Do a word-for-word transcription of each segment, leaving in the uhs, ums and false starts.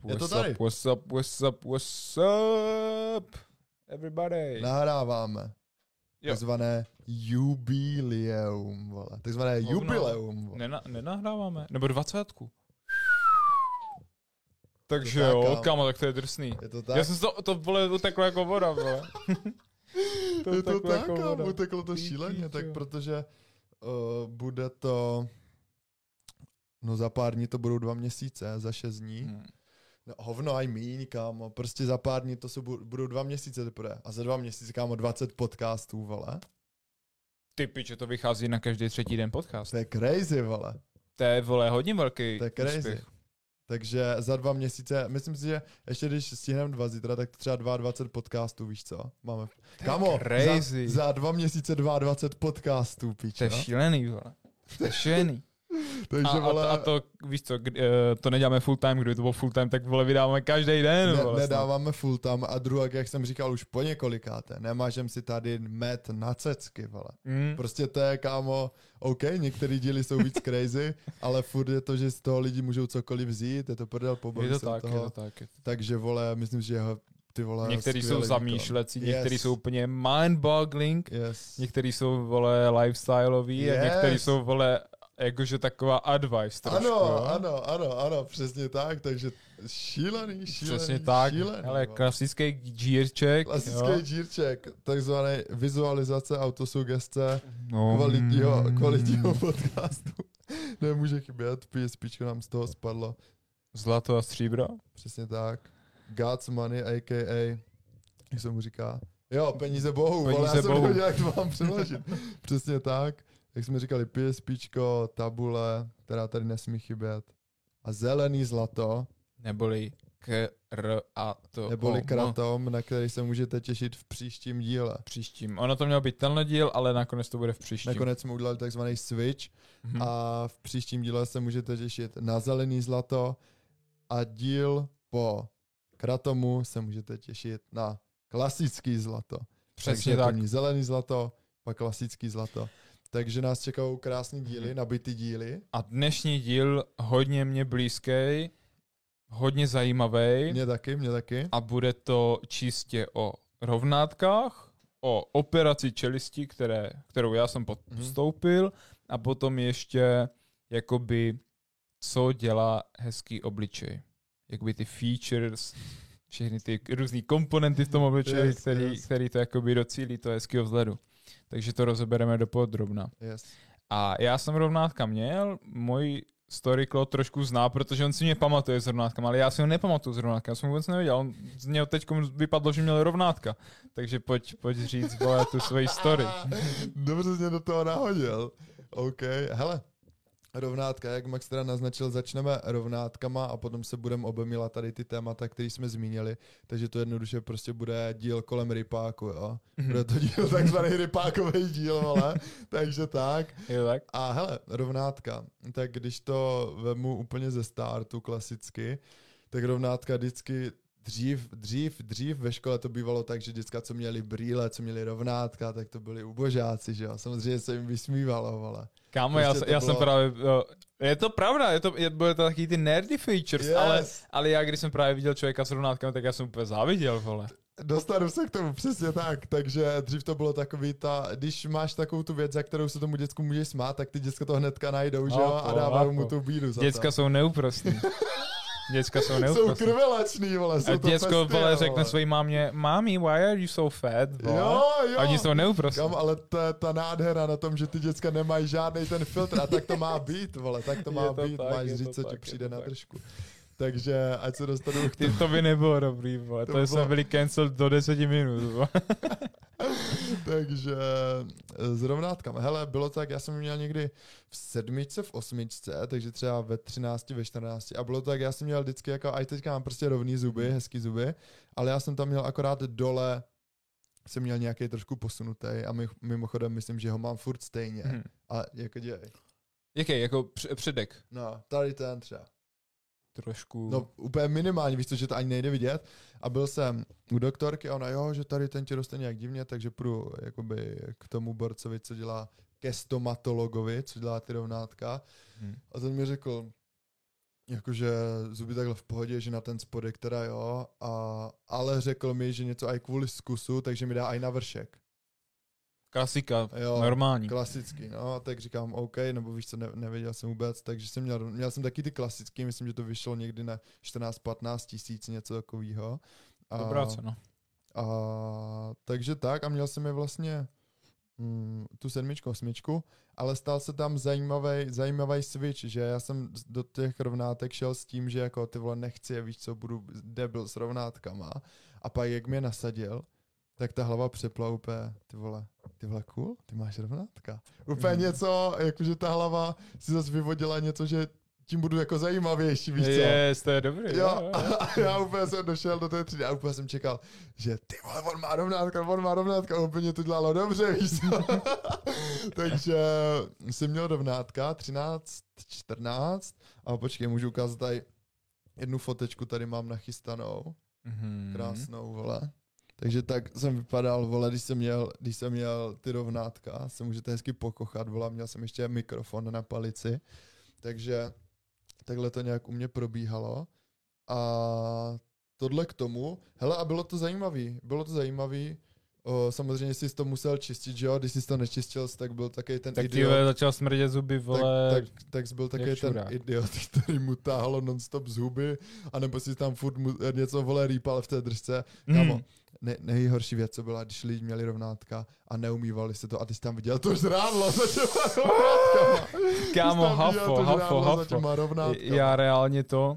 Je to What's tady. up, what's up, what's up, what's up, everybody. Nahráváme. Jo. Takzvané jubileum, vole. Takzvané Hovno. jubileum, vole. Nena, nenahráváme? Nebo dvacátku. Takže tak, jo, kámo. kámo, tak to je drsný. Je to tak? Já jsem to, to vole, uteklo jako voda, vole. to Je to uteklo tak, jako kámo, voda. uteklo to Ty šíleně, píčo. tak protože uh, bude to, no za pár dní to budou dva měsíce, za šest dní. Hmm. No hovno, aj míň, kámo, prostě za pár dní to jsou, budou dva měsíce teprve. A za dva měsíce, kámo, dvacet podcastů, vole. Ty piče, to vychází na každý třetí den podcast. To je crazy, vole. To je, vole, hodně velký To je crazy. úspěch. Takže za dva měsíce, myslím si, že ještě když stihneme dva zítra, tak třeba dvacet dva podcastů, víš co? Máme. Kámo, crazy. za, za dva měsíce dvacet dva podcastů, píč, To je šílený, vole. To je šílený. Takže, A, a, vole, to, a to, víš co, kdy, uh, to neděláme full time, kdyby to bylo full time, tak vole vydáváme každý den. ne, vole, nedáváme full tam a druhá, jak jsem říkal už po několikáté, nemážem si tady met na cecky, vole. Mm. Prostě to je, kámo, OK, některý díly jsou víc crazy, ale furt je to, že z toho lidi můžou cokoliv vzít, je to prdel, pobaví Je to se tak, toho. je to tak. Je to tak. Takže, vole, myslím, že jeho, ty vole, Některý jsou skvělý zamýšlecí, výkon. některý Yes. jsou úplně mind-boggling, Yes. některý jsou, vole, lifestyleový Yes. a některý jsou, vole, jakože taková advice trošku. Ano, jo? ano, ano, ano, přesně tak, takže šílený, šílený, Přesně tak, šílený, ale vole. klasický gírček. Klasický jo? žírček, takzvaný vizualizace, autosugestce, No, kvalitního, mm, kvalitního podcastu. Nemůže chybět, PSPčko nám z toho spadlo. Zlato a stříbro? Přesně tak. God's money, a k a. Jak se mu říká? Jo, peníze bohu, Peníze ale já jsem bohu. nevěděl, jak to mám přeložit. Přesně tak. Jak jsme říkali, PSPčko, tabule, která tady nesmí chybět. A zelený zlato, Neboli k, r, a, to, neboli o, kratom, na který se můžete těšit v příštím díle. příštím. Ono to mělo být tenhle díl, ale nakonec to bude v příštím. Nakonec jsme udělali takzvaný switch Mhm. a v příštím díle se můžete těšit na zelený zlato a díl po kratomu se můžete těšit na klasický zlato. Přesně Takže tak. první zelený zlato, pak klasický zlato. Takže nás čekají krásný díly, nabitý díly. A dnešní díl hodně mě blízký, hodně zajímavý Mě taky, mě taky. a bude to čistě o rovnátkách, o operaci čelisti, které, kterou já jsem podstoupil a potom ještě jakoby co dělá hezký obličej. Jakoby ty features, všechny ty různý komponenty v tom obličeji, Yes, který, yes. který to jakoby docílí to hezkého vzhledu. Takže to rozebereme dopodrobna. Yes. A já jsem rovnátka měl, můj story Claude trošku zná, protože on si mě pamatuje s rovnátkama, ale já si ho nepamatuju s rovnátkama, já jsem vůbec nevěděl, on z něho teď vypadlo, že měl rovnátka. Takže pojď, pojď říct, vole, tu svoji story. Dobře jsi mě do toho nahodil. OK, hele. Rovnátka, jak Max teda naznačil, začneme rovnátkama a potom se budeme obemílat tady ty témata, které jsme zmínili, takže to jednoduše prostě bude díl kolem rypáku, jo. Mhm. Bude to díl, takzvaný rypákový díl, ale takže tak. Jo, tak? A hele, rovnátka, tak když to vemu úplně ze startu klasicky, tak rovnátka vždycky dřív, dřív, dřív ve škole to bývalo tak, že děcka, co měli brýle, co měli rovnátka, tak to byli ubožáci, že jo. Samozřejmě se jim vysmívalo, vole. Kámo, Prostě já, to jsem- já bylo- jsem právě, jo, je to pravda, je to, je, byly to taky ty nerdy features, Yes. ale, ale já když jsem právě viděl člověka s rovnátkami, tak já jsem úplně záviděl, vole. Dostanu se k tomu, přesně tak. Takže dřív to bylo takový ta, když máš takovou tu věc, za kterou se tomu děcku můžeš smát, tak ty děcka to hnedka najdou, že jo, Apo, a dávají apo. mu tu bídu za Děcka to. jsou neúprostní. Děcka jsou Jsou neúprostní. krvelační, vole, jsou A to děcko, pesty, vole, řekne vole. svojí mámě, mami, why are you so fat, vole? Jo, jo. A oni jsou neúprostní. Kam, ale to je ta nádhera na tom, že ty děcka nemají žádný ten filtr a tak to má být, vole, tak to má Je to být, tak, máš je to říct, co ti tak, přijde je to na tak. držku. Takže ať se dostanu k Ty, tomu. to by nebylo dobrý, vole. To To, by jsme bylo- byli cancelled do deseti minut, vole. Takže eh, s rovnátkama. Hele, bylo tak, já jsem měl někdy v sedmičce, v osmičce, takže třeba ve třinácti, ve čtrnácti. A bylo tak, já jsem měl vždycky, jako, a teďka mám prostě rovný zuby, hezký zuby, ale já jsem tam měl akorát dole, jsem měl nějaký trošku posunutý a my, mimochodem myslím, že ho mám furt stejně. Mhm. A jako děj. Jaký, jako př- předek? No, tady ten třeba. Trošku... No úplně minimálně, víš co, že to ani nejde vidět. A byl jsem u doktorky a ona, jo, že tady ten ti roste nějak divně, takže půjdu jakoby k tomu borcovi, co dělá, ke stomatologovi, co dělá ty rovnátka. Hmm. A ten mi řekl, jakože zuby takhle v pohodě, že na ten spodek teda jo, a, ale řekl mi, že něco aj kvůli zkusu, takže mi dá aj na vršek. Klasika, jo, normální. Klasický, no, tak říkám OK, nebo víš co, ne, nevěděl jsem vůbec, takže jsem měl, měl jsem taky ty klasický, myslím, že to vyšlo někdy na čtrnáct patnáct tisíc, něco takového. Dobrá cena. A takže tak, a měl jsem je vlastně mm, tu sedmičku, osmičku, ale stal se tam zajímavý, zajímavý switch, že já jsem do těch rovnátek šel s tím, že jako ty vole nechci je, víš co, budu debil s rovnátkama, a pak jak mě nasadil, tak ta hlava přepla úplně, ty vole, ty vole cool, ty máš rovnátka. Úplně mm. něco, jakože ta hlava si zase vyvodila něco, že tím budu jako zajímavější, víš co? Yes, to je dobrý. Jo, jo, jo. A já úplně jsem došel do té třídy a úplně jsem čekal, že ty vole, on má rovnátka, on má rovnátka, úplně to dělalo dobře, víš co? Takže jsem měl rovnátka třináct, čtrnáct a počkej, můžu ukázat tady jednu fotečku, tady mám nachystanou, mm-hmm. krásnou, vole. Takže tak jsem vypadal, vole, když jsem měl, když jsem měl ty rovnátka, se můžete hezky pokochat, vole, měl jsem ještě mikrofon na palici, takže takhle to nějak u mě probíhalo a tohle k tomu, hele, a bylo to zajímavý, bylo to zajímavý, o, samozřejmě jsi to musel čistit, že jo, když jsi to nečistil, tak byl takový ten tak idiot. Tak ti začal smrdět zuby, vole. Tak, tak, tak byl takový ten idiot, který mu táhlo non-stop zuby, anebo si tam furt mu, něco, vole, rýpal v té držce. Mm. Kámo, ne, nejhorší věc, co byla, když lidi měli rovnátka a neumývali se to a ty jsi tam viděl to žrádlo za těma rovnátkama. Kámo, hafo, hafo, hafo. Já reálně to,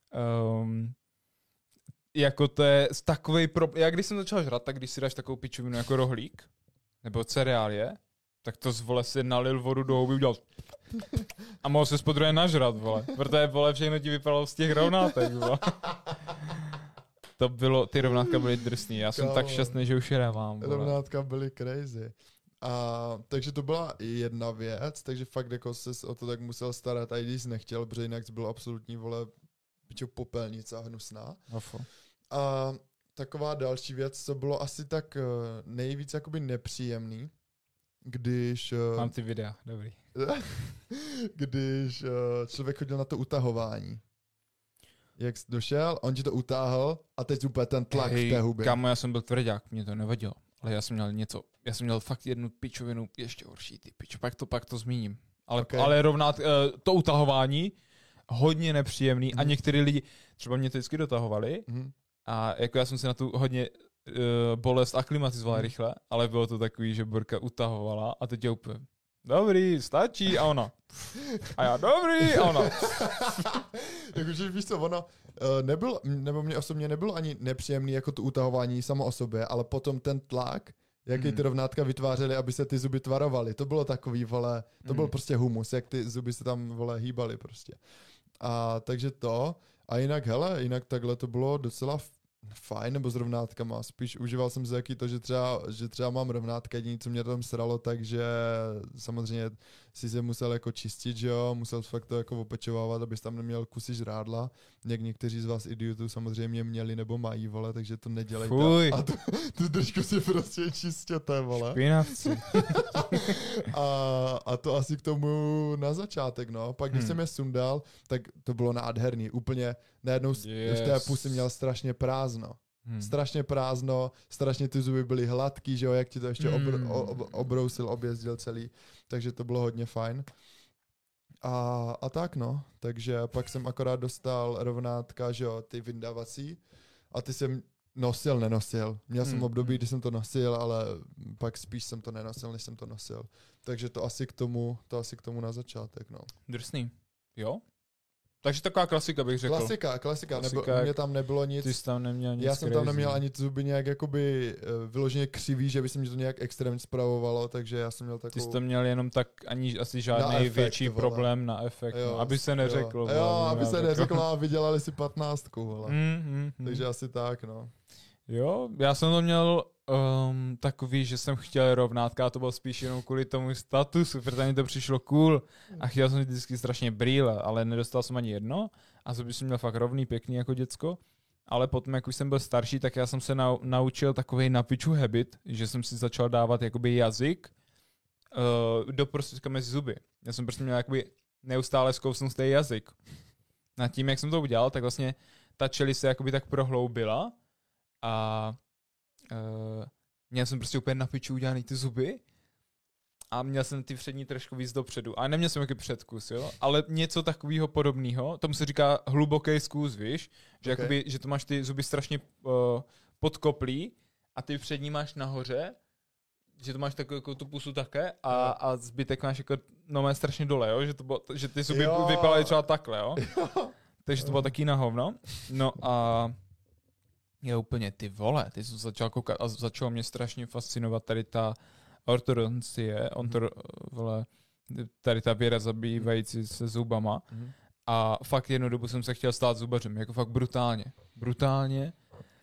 um, jako to je takovej pro... Já když jsem začal žrat, tak když si dáš takovou pičovinu jako rohlík, nebo cereálie, tak to zvole si nalil vodu do houby, udělal a mohl se spodruhé nažrat, vole. Protože, vole, všechno ti vypadalo z těch rovnátek, vole. To bylo, ty rovnátka byly drsný, já jsem Kámo, tak šťastný, že už je nemám. Vole. Rovnátka byly crazy. A takže to byla jedna věc, takže fakt jako se o to tak musel starat, a i když jsi nechtěl, protože jinak byl absolutní, vole, pičo popelnice a hnusná. Afo. A taková další věc, co bylo asi tak nejvíc jakoby nepříjemný, když... Mám ty videa, dobrý. Když člověk chodil na to utahování. Jak jsi došel, on ti to utáhl a teď úplně ten tlak hey, v té hubě. Kámo, já jsem byl tvrdák, mě to nevadilo. Ale já jsem měl něco, já jsem měl fakt jednu pičovinu, ještě horší, ty pičo, pak to, pak to zmíním. Ale, okay. ale rovná to utahování, hodně nepříjemný mm. a některý lidi, třeba mě to vždycky dotahovali mm. a jako já jsem si na tu hodně uh, bolest aklimatizoval mm. rychle, ale bylo to takový, že Borka utahovala a teď je úplně dobrý, stačí a ona a já dobrý a ona jakože víš co, ono nebyl, nebo mě osobně nebylo ani nepříjemný jako to utahování samo o sobě, ale potom ten tlak, jaký hmm. ty rovnátka vytvářely, aby se ty zuby tvarovaly, to bylo takový, vole, to hmm. byl prostě humus, jak ty zuby se tam, vole, hýbaly prostě. A takže to, a jinak, hele, jinak takhle to bylo docela fajn, nebo s rovnátkama, spíš užíval jsem se jaký to, že třeba, že třeba mám rovnátka, jediný, co mě tam sralo, takže samozřejmě si se musel jako čistit, že jo, musel fakt to jako opečovávat, abys tam neměl kusy žrádla, jak někteří z vás idiotů samozřejmě měli nebo mají, vole, takže to nedělejte. Fuj. A tu, tu držku si prostě čistěte, vole. Špinavci. a, a to asi k tomu na začátek, no, pak když hmm. jsem je sundal, tak to bylo nádherný, úplně najednou yes. v té pusy měl strašně prázdno. Hmm. Strašně prázdno, strašně ty zuby byly hladký, že jo, jak ti to ještě obr, Hmm. ob, obrousil, objezdil celý, takže to bylo hodně fajn. A, a tak no, takže pak jsem akorát dostal rovnátka, že jo, ty vyndávací a ty jsem nosil, nenosil. Měl jsem Hmm. období, kdy jsem to nosil, ale pak spíš jsem to nenosil, než jsem to nosil. Takže to asi k tomu, to asi k tomu na začátek, no. Drsný, jo? Takže taková klasika bych řekl. Klasika, klasika, klasika nebo, mě tam nebylo nic. Ty jsi tam neměl nic. Já jsem crazy. tam neměl ani zuby nějak jakoby vyloženě křivý, že by se mi to nějak extrémně spravovalo, takže já jsem měl takovou... Ty jsi to měl jenom tak ani asi žádný větší vole. Problém na efekt, jo, no, aby se neřeklo. Jo, jo aby se neřeklo a vydělali si patnáctku, vole. Mm, mm, mm. Takže asi tak, no. Jo, já jsem to měl um, takový, že jsem chtěl rovnátka a to bylo spíš jenom kvůli tomu statusu, protože mi to přišlo cool a chtěl jsem vždycky strašně brýle, ale nedostal jsem ani jedno a to by jsem měl fakt rovný, pěkný jako děcko. Ale potom, jak už jsem byl starší, tak já jsem se nau, naučil takovej na piču habit, že jsem si začal dávat jakoby jazyk uh, do prostředka mezi zuby. Já jsem prostě měl jakoby neustále zkousnutý jazyk. nad tím, jak jsem to udělal, tak vlastně ta čelist se jakoby tak prohloubila a uh, měl jsem prostě úplně na piču udělaný ty zuby a měl jsem ty přední trošku víc dopředu. A neměl jsem jaký předkus, jo, ale něco takového podobného, tomu se říká hluboký zkus, víš, že, okay. jakoby, že to máš ty zuby strašně uh, podkoplý a ty přední máš nahoře, že to máš takovou jako tu pusu také a, a zbytek máš jako, no má strašně dole, jo, že, to bylo, že ty zuby jo. vypadaly třeba takhle, jo. jo. Takže to bylo taky na hovno. No a je úplně ty vole, ty jsem začal koukat a začalo mě strašně fascinovat tady ta ortodoncie, on to, vole, tady ta věda zabývající se zubama. Mm. A fakt jednu dobu jsem se chtěl stát zubařem, jako fakt brutálně. Brutálně.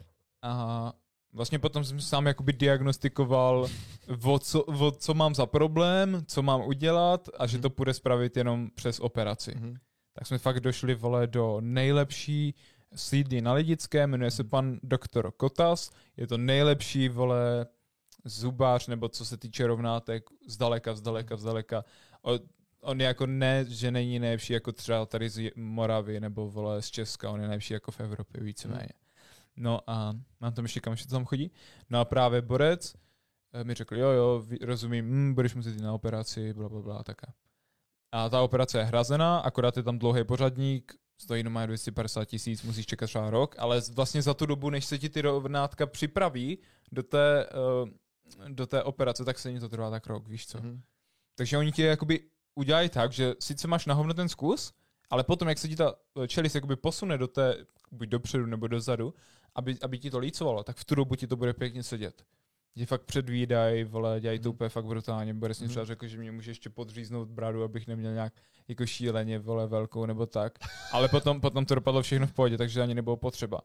A vlastně potom jsem sám jakoby diagnostikoval, o co, o co mám za problém, co mám udělat a že to půjde spravit jenom přes operaci. Mm. Tak jsme fakt došli, vole, do nejlepší sídlí na Lidické, jmenuje se pan doktor Kotas, je to nejlepší, vole, zubář, nebo co se týče rovnátek, zdaleka, zdaleka, zdaleka. O, on je jako ne, že není nejlepší jako třeba tady z Moravy, nebo, vole, z Česka, on je nejlepší jako v Evropě, víceméně. No a mám tam ještě kam, ještě tam chodí. No a právě Borec mi řekl, jo, jo, rozumím, hm, budeš muset jít na operaci, blablabla, bla, taká. A ta operace je hrazená, akorát je tam dlouhý pořadník, stojí normálně dvě stě padesát tisíc, musíš čekat třeba rok, ale vlastně za tu dobu, než se ti ty rovnátka připraví do té, uh, do té operace, tak se to trvá tak rok, víš co. Mm-hmm. Takže oni ti jakoby udělají tak, že sice máš na hovno ten zkus, ale potom, jak se ti ta čelist jakoby posune do té, buď dopředu nebo dozadu, aby, aby ti to lícovalo, tak v tu dobu ti to bude pěkně sedět. Ti fakt předvídají, vole, dělají to úplně fakt brutálně. Boris mě třeba řekl, že mě může ještě podříznout bradu, abych neměl nějak jako šíleně, vole, velkou nebo tak. Ale potom, potom to dopadlo všechno v pohodě, takže ani nebylo potřeba.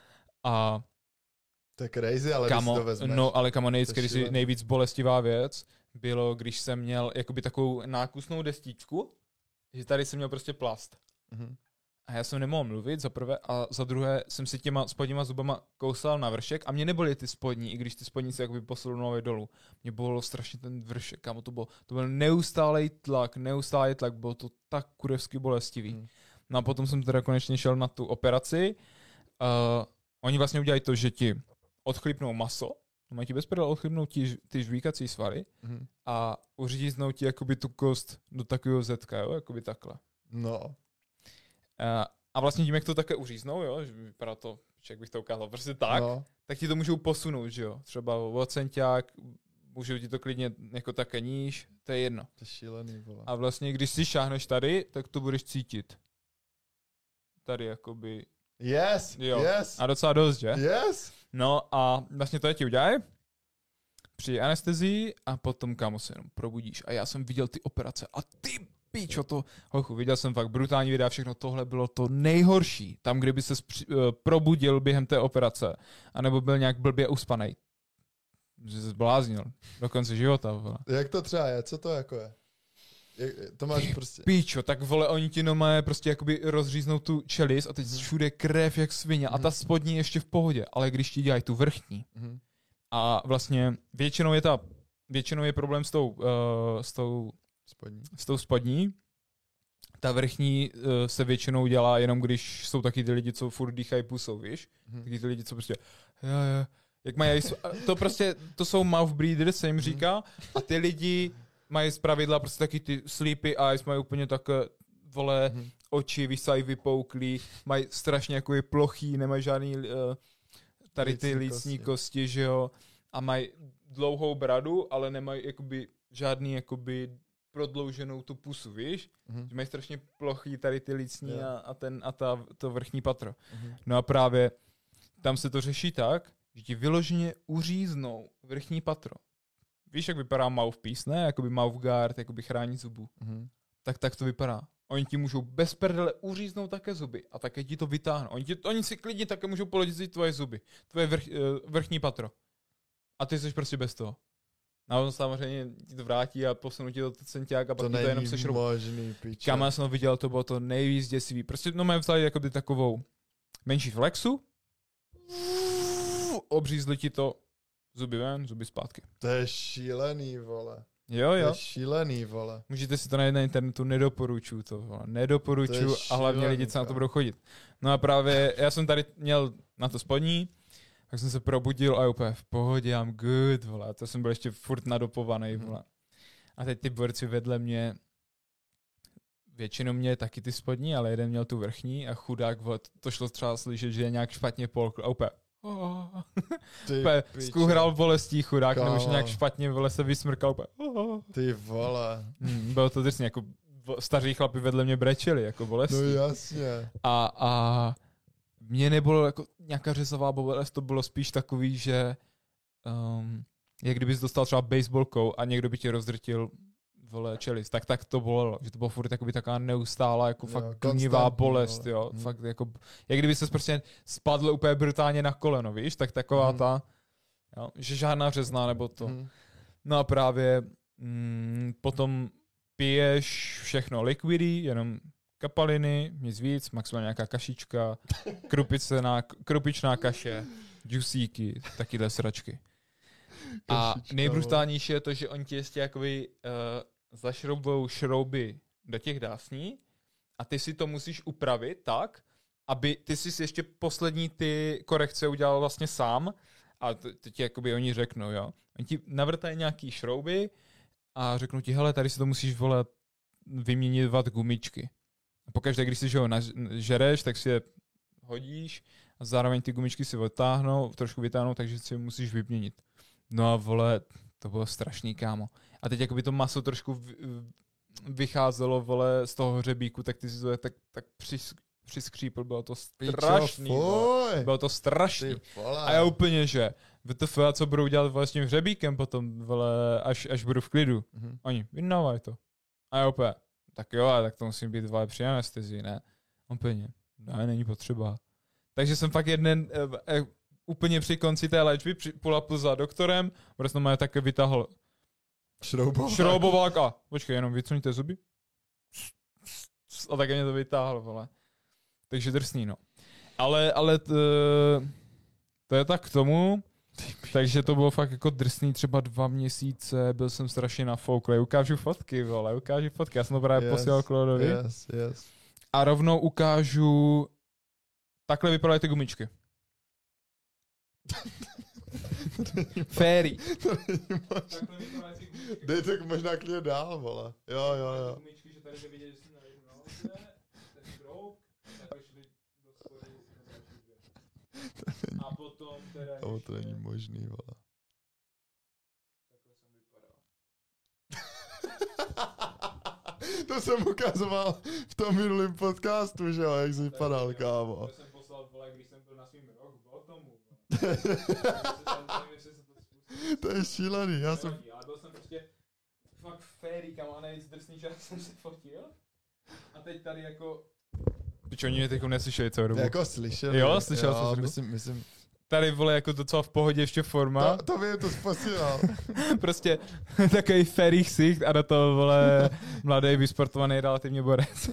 A to je crazy, ale kamo, když to vezmeš. No, ale kamo nejvíc, nejvíc bolestivá věc bylo, když jsem měl jakoby takovou nákusnou destičku, že tady jsem měl prostě plast. Mm-hmm. A já jsem nemohl mluvit za prvé a za druhé jsem si těma spodníma zubama kousal na vršek a mě nebyly ty spodní, i když ty spodní se jakoby posunuly dolů. Mě bolelo strašně ten vršek, kámo, to bylo, to byl neustálej tlak, neustálej tlak, bylo to tak kurevsky bolestivý. Hmm. No a potom jsem teda konečně šel na tu operaci. Uh, oni vlastně udělají to, že ti odchlípnou maso, mají ti bez prdele odchlípnou ti, ty žvíkací svaly hmm. a uříznou ti jakoby tu kost do takového zetka, jo, jakoby takhle. No. Uh, a vlastně tím, jak to také uříznou, jo, že vypadá to, že jak bych to ukázal, prostě tak, no. Tak ti to můžou posunout, že jo, třeba o centiák, můžou ti to klidně jako také níž, to je jedno. To je šílený, vole. A vlastně, když si šáhneš tady, tak to budeš cítit. Tady jakoby. Yes, jo. yes. A docela dost, že? Yes. No a vlastně to ti udělají při anestezii a potom, kámo, se jenom probudíš. A já jsem viděl ty operace a ty píčo, to, hochu, viděl jsem fakt brutální videa, všechno tohle bylo to nejhorší. Tam, kdyby se uh, probudil během té operace, anebo byl nějak blbě uspanej. Že se zbláznil do konce života. Vole. Jak to třeba je? Co to jako je? Jak, to máš prostě... Píčo, tak vole, oni ti normálně prostě jakoby rozříznou tu čelist a teď mm. všude krev jak svině mm. a ta spodní ještě v pohodě, ale když ti dělají tu vrchní mm. a vlastně většinou je ta, většinou je problém s tou, uh, s tou Spodní. S tou spodní. Ta vrchní uh, se většinou dělá jenom, když jsou taky ty lidi, co furt dýchají pusou, víš? Hmm. Taky ty lidi, co prostě jo, jo. Jak mají, to prostě, to jsou mouth breathers, se jim říká, a ty lidi mají zpravidla prostě taky ty sleepy eyes, mají úplně tak, vole, hmm. oči vysají vypouklí, mají strašně jako je plochý, nemají žádný uh, tady ty lícní kosti, že jo? A mají dlouhou bradu, ale nemají jakoby žádný jakoby prodlouženou tu pusu, víš? Mm-hmm. Že mají strašně plochý tady ty lícní yeah. a, a, ten, a ta, to vrchní patro. Mm-hmm. No a právě tam se to řeší tak, že ti vyloženě uříznou vrchní patro. Víš, jak vypadá mouthpiece, ne? Jakoby mouthguard, jakoby chrání zubu. Mm-hmm. Tak tak to vypadá. Oni ti můžou bez prdele uříznout také zuby a také ti to vytáhnou. Oni, ti, oni si klidně také můžou položit tvoje zuby, tvoje vrch, vrchní patro. A ty jsi prostě bez toho. No on samozřejmě ti to vrátí a posunu ti to centiák a pak to, to jenom seš možný, piče. Kam já jsem viděl, to bylo to nejvíc děsivý. Prostě no mají vzali jakoby takovou menší flexu, obřízli ti to, zuby ven, zuby zpátky. To je šílený, vole. Jo, To jo. je šílený, vole. Můžete si to najít na internetu, nedoporučuju to, vole. Nedoporučuju a hlavně lidi, co na to budou chodit. No a právě já jsem tady měl na to spodní, tak jsem se probudil a úplně v pohodě, I'm good, vole. A to jsem byl ještě furt nadopovaný, vole. A teď ty borci vedle mě, většinou mě taky ty spodní, ale jeden měl tu vrchní a chudák, vole, to šlo třeba slyšet, že je nějak špatně polkl a úplně oh. Úplně skuhral bolestí chudák, nebo už nějak špatně, vole, se vysmrkal úplně oh. Ty vole. Hmm, bylo to drsně, jako staří chlapi vedle mě brečeli, jako bolestí. No jasně. A, a mě nebylo jako nějaká řezová bolest, to bylo spíš takový, že um, jak kdybys dostal třeba baseballkou a někdo by ti rozdrtil vole čelist, tak tak to bolelo, že to bylo furt takový taková neustálá, jako jo, fakt dunivá bolest, vole. Jo, hmm. fakt jako, jak kdyby se prostě spadl úplně brutálně na koleno, víš, tak taková hmm. ta, jo, že žádná řezná nebo to. Hmm. No a právě mm, potom piješ všechno liquidy, jenom kapaliny, nic víc, maximálně nějaká kašička, krupičná, krupičná kaše, džusíky, takyhle sračky. A nejbrutálnější je to, že oni ti ještě jakoby uh, zašroubujou šrouby do těch dásní a ty si to musíš upravit tak, aby ty si ještě poslední ty korekce udělal vlastně sám a teď ti jakoby oni řeknou, jo. Oni ti navrtají nějaký šrouby a řeknou ti, hele, tady si to musíš, vole, vyměňovat gumičky. A pokaždé, když si ho žereš, tak si je hodíš a zároveň ty gumičky si vytáhnou, trošku vytáhnou, takže si je musíš vyměnit. No a vole, to bylo strašný, kámo. A teď jakoby to maso trošku vycházelo, vole, z toho hřebíku, tak ty si to tak, tak přis, přiskřípl, bylo to strašný. Vole. Bylo to strašný. A já úplně, že V T F, a co budou dělat vlastně hřebíkem potom, vole, až, až budu v klidu. Mm-hmm. Oni, vydávají to. A já úplně, tak jo, ale tak to musím být, vole, při anestezii, ne? Úplně, ne, není potřeba. Takže jsem fakt jeden, eh, eh, úplně při konci té léčby pull-upu za doktorem, prostě mě také vytáhl šroubovák. šroubovák a počkej, jenom vycuňte zuby. A také mě to vytáhl, vole. Takže drsný, no. Ale, ale t, to je tak k tomu, takže to bylo fakt jako drsný třeba dva měsíce, byl jsem strašně nafouklý. Ukážu fotky, vole, ukážu fotky, já jsem to právě yes, posílal Klodovi. Yes, yes. A rovnou ukážu, takhle vypadaly ty gumičky. Féry. Dej to možná klidně dál, vole. Jo, jo, jo. Gumičky, že tady jde vidět, že jsem na jednu noze, ten šroub, takhle šli do spodu na další dvě. A potom teda ještě... Ale to není možný, vole. Takhle jsem vypadal. To jsem ukazoval v tom minulém podcastu, že jo, jak jsi vypadal, kámo. To jsem poslal, vole, když jsem byl na svým rock bottomu. To je šílený, já jsem... Já byl jsem prostě fakt féry, kam a nejvíc drsný, že jsem se fotil. A teď tady jako... Pič, oni mě teď neslyšeli celou dobu. Jako slyšeli. Jo, slyšel jsem to. Myslím, myslím... Tady, vole, jako docela v pohodě ještě forma. To, to by to posílal. Prostě takový féry ksicht a do toho, vole, mladý, vysportovaný, relativně borec.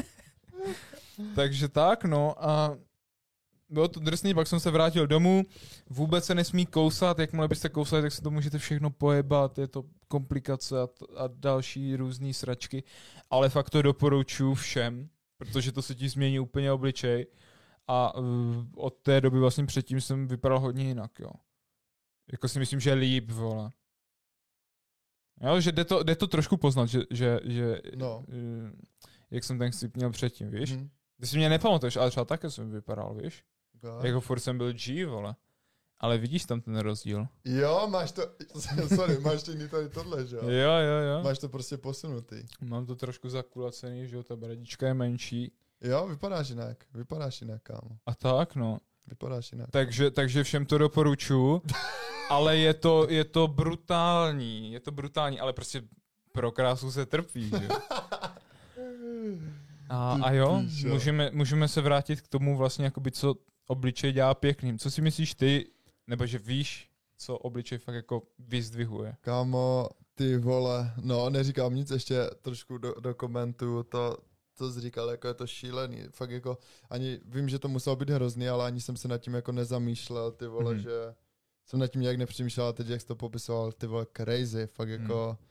Takže tak, no a... Bylo to drsný, pak jsem se vrátil domů, vůbec se nesmí kousat, jakmile byste kousali, tak se to můžete všechno pojebat, je to komplikace a, t- a další různý sračky, ale fakt to doporučuji všem, protože to se ti změní úplně obličej a uh, od té doby vlastně předtím jsem vypadal hodně jinak, jo. Jako si myslím, že líp, vole. Jo, že jde to, jde to trošku poznat, že, že, že no. uh, jak jsem ten ksip měl předtím, víš? Mm. Ty si mě nepamatuješ, ale třeba také jsem vypadal, víš? God. Jako furt jsem byl G, vole. Ale vidíš tam ten rozdíl. Jo, máš to, sorry, máš někdy tady tohle, že jo? Jo, jo, jo. Máš to prostě posunutý. Mám to trošku zakulacený, že jo, ta bradička je menší. Jo, vypadáš jinak, vypadáš jinak, kámo. A tak, no. Vypadáš jinak. Takže, takže všem to doporučuji, ale je to, je to brutální, je to brutální, ale prostě pro krásu se trpí, že jo. A, a jo, můžeme, můžeme se vrátit k tomu vlastně, jakoby, co obličej dělá pěkným. Co si myslíš ty, nebo že víš, co obličej fakt jako vyzdvihuje? Kámo, ty vole, no neříkám nic, ještě trošku do, do komentu to, co jsi říkal, jako je to šílený. Fakt jako, ani vím, že to muselo být hrozný, ale ani jsem se nad tím jako nezamýšlel, ty vole, mm. že jsem nad tím nějak nepřemýšlel, a teď jak jsi to popisoval, ty vole, crazy, fakt jako... Mm.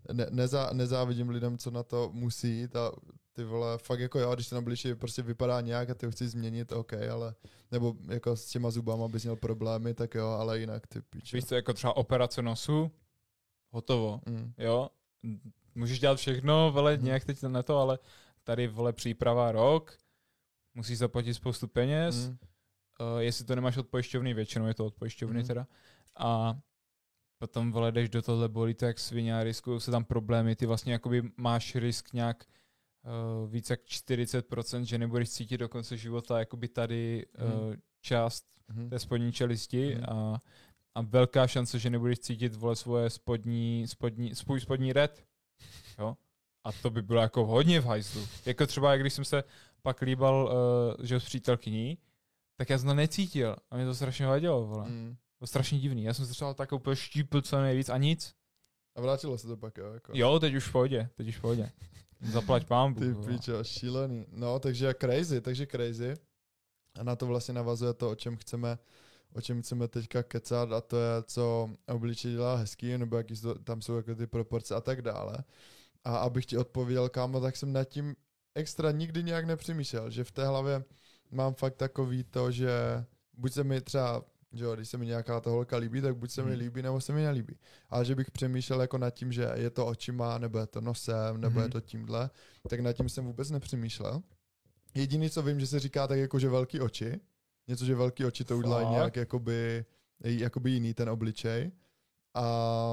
ne, neza, nezávidím lidem, co na to musí jít a ty vole, fakt jako jo, když to na obličeji prostě vypadá nějak a ty ho chci změnit, ok, ale nebo jako s těma zubama bys měl problémy, tak jo, ale jinak ty píče. Víš co, jako třeba operace nosu, hotovo, Mm. jo. Můžeš dělat všechno, vele, Mm. nějak teď na to, ale tady, vole, příprava rok, musíš zaplatit spoustu peněz, Mm. uh, jestli to nemáš od pojišťovny, většinou je to od pojišťovny Mm. teda, a potom, vole, jdeš do tohle, bolí to jak svině a riskují se tam problémy, ty vlastně jakoby máš risk nějak uh, víc jak čtyřicet procent, že nebudeš cítit do konce života jakoby tady uh, Mm. část Mm. té spodní čelisti Mm. a, a velká šance, že nebudeš cítit, vole, svoje spodní, spodní, svůj spodní red. Jo? A to by bylo jako hodně v hajzlu. Jako třeba, jak když jsem se pak líbal, uh, že s přítelkyní, tak já jsem to necítil. A mě to strašně vadilo, vole. Mm. To strašně divný. Já jsem se třeba tak úplně štípl co nejvíc a nic. A vrátilo se to pak, jo? Jako. Jo, teď už v pohodě, teď už v pohodě. Zaplať pán Ty Bůh. píčo, šílený. No, takže crazy, takže crazy. A na to vlastně navazuje to, o čem chceme, o čem chceme teďka kecat, a to je, co obličej dělá hezký, nebo jaký to, tam jsou jako ty proporce a tak dále. A abych ti odpověděl, kámo, tak jsem nad tím extra nikdy nějak nepřemýšlel, že v té hlavě mám fakt takový to, že buď se mi třeba, že jo, když se mi nějaká ta holka líbí, tak buď se mi Hmm. líbí, nebo se mi nelíbí. Ale že bych přemýšlel jako nad tím, že je to očima, nebo je to nosem, nebo Mhm. je to tímhle, tak nad tím jsem vůbec nepřemýšlel. Jediný, co vím, že se říká tak jako, že velký oči. Něco, že velký oči to udělají Fakt? nějak jakoby, jakoby jiný ten obličej. A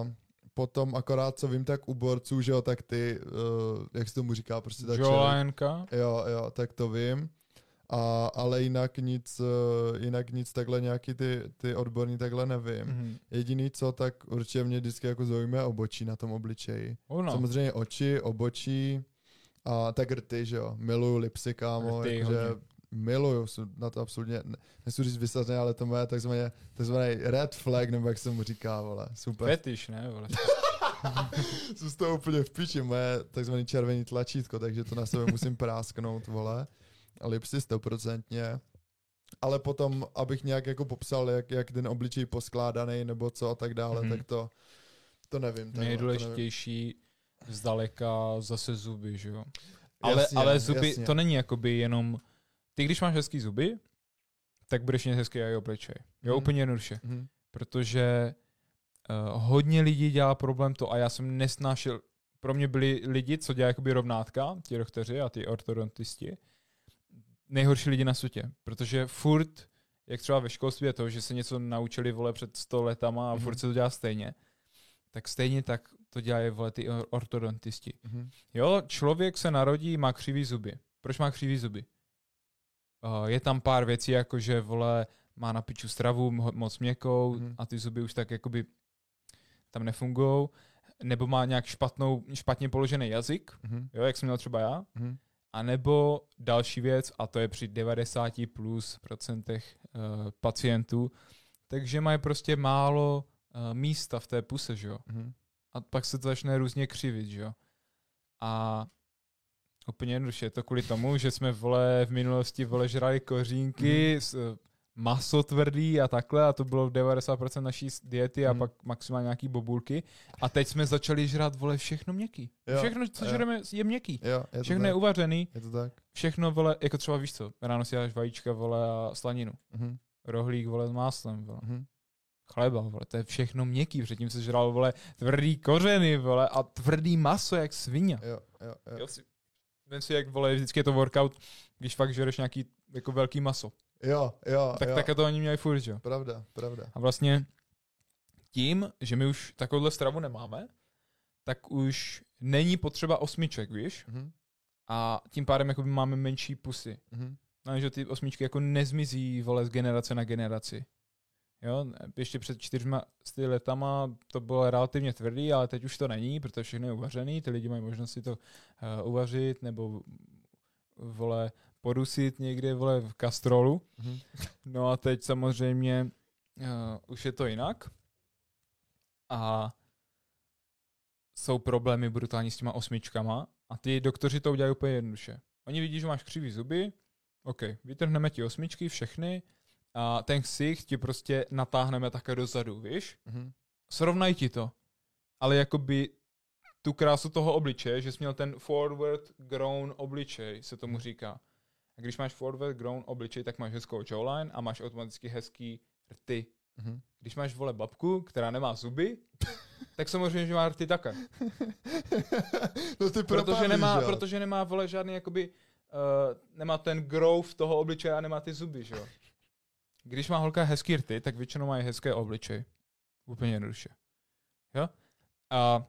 potom akorát, co vím, tak u borců, že jo, tak ty, uh, jak se tomu říká, prostě ta čel- Joanka. Jo, jo, tak to vím. A, ale jinak nic, uh, jinak nic takhle nějaký ty, ty odborní takhle nevím. Mhm. Jediný co, tak určitě mě vždycky jako zaujme obočí na tom obličeji. Ono. Samozřejmě oči, obočí a tak rty, že jo. Miluju lipsy, kámo, Rty jakože hodně. miluju, jsem na to absolutně, ne- nechci říct vysazené, ale to moje takzvané, takzvaný red flag, nebo jak se mu říká, vole, super. Fetiš, ne? Vole. Jsem z toho úplně v piči, moje takzvaný červený tlačítko, takže to na sebe musím prásknout, vole. A lipsy stoprocentně. Ale potom, abych nějak jako popsal, jak, jak ten obličej poskládaný, nebo co a tak dále, Mhm. tak to, to nevím. takhle, to nevím. Nejdůležitější zdaleka zase zuby, že jo? Ale, Jasně, ale zuby, jasně. to není jakoby jenom... Ty, když máš hezký zuby, tak budeš mít hezký i obličej. Jo, Mhm. úplně jednoduše. Mhm. Protože uh, hodně lidí dělá problém to a já jsem nesnášel... Pro mě byli lidi, co dělají jakoby rovnátka, ti doktoři a ty ortodontisti, nejhorší lidi na světě. Protože furt, jak třeba ve školství je to, že se něco naučili, vole, před sto letama a Mhm. furt se to dělá stejně, tak stejně tak to dělají, vole, ty or- ortodontisti. Mhm. Jo, člověk se narodí, má křivý zuby. Proč má křivý zuby? Uh, je tam pár věcí, jako že, vole, má na piču stravu mo- moc měkkou Mhm. a ty zuby už tak jakoby tam nefungujou. Nebo má nějak špatnou, špatně položený jazyk, Mhm. jo, jak jsem měl třeba já. Mhm. A nebo další věc, a to je při devadesát plus procentech uh, pacientů, takže mají prostě málo uh, místa v té puse, že jo. Mhm. A pak se to začne různě křivit, že jo. A úplně jednoduše je to kvůli tomu, že jsme, vole, v minulosti, vole, žrali kořínky, Mhm. s, maso tvrdý a takhle a to bylo devadesát procent naší diety a Mhm. pak maximálně nějaký bobulky. A teď jsme začali žrát, vole, všechno měkký. Jo, Všechno, co jo. žereme, je měkký. Jo, je to Všechno tak. je uvařený, Je to tak. všechno, vole, jako třeba víš co, ráno si dáš vajíčka, vole, a slaninu. Mhm. Rohlík, vole, s máslem, vole. Mhm. Chleba, vole, to je všechno měkký, předtím se žral, vole, tvrdý kořeny, vole, a tvrdý maso, jak svině. Jo, jo, jo. Jo, si, vem si, jak, vole, vždycky je to workout, když fakt žereš nějaký, jako velký maso. Jo, jo, Tak jo. také to oni měli furt, že jo. Pravda, pravda. A vlastně tím, že my už takovouhle stravu nemáme, tak už není potřeba osmiček, víš? Mhm. A tím pádem jakoby máme menší pusy. Mhm. No, že ty osmičky jako nezmizí, vole, z generace na generaci. Jo, ještě před čtyřma sty letama to bylo relativně tvrdý, ale teď už to není, protože všechno je uvařený, ty lidi mají možnost si to uh, uvařit nebo, vole, podusit někde, vole, v kastrolu. Mhm. No a teď samozřejmě uh, už je to jinak. A jsou problémy brutální s těma osmičkama a ty doktoři to udělají úplně jednoduše. Oni vidí, že máš křivý zuby, OK, vytrhneme ti osmičky, všechny, a ten ksicht ti prostě natáhneme také dozadu, víš? Mhm. Srovnají ti to. Ale jakoby tu krásu toho obličeje, že jsi měl ten forward grown obličej, se tomu říká. A když máš forward grown obličej, tak máš hezkou jawline a máš automaticky hezký rty. Mm-hmm. Když máš, vole, babku, která nemá zuby, tak samozřejmě, že má rty také. No ty protože, propálíš, nemá, jo. protože nemá, vole, žádný, jakoby, uh, nemá ten growth toho obličeje a nemá ty zuby, že jo. Když má holka hezký rty, tak většinou má i hezké obličej. Úplně jednoduše. Jo? A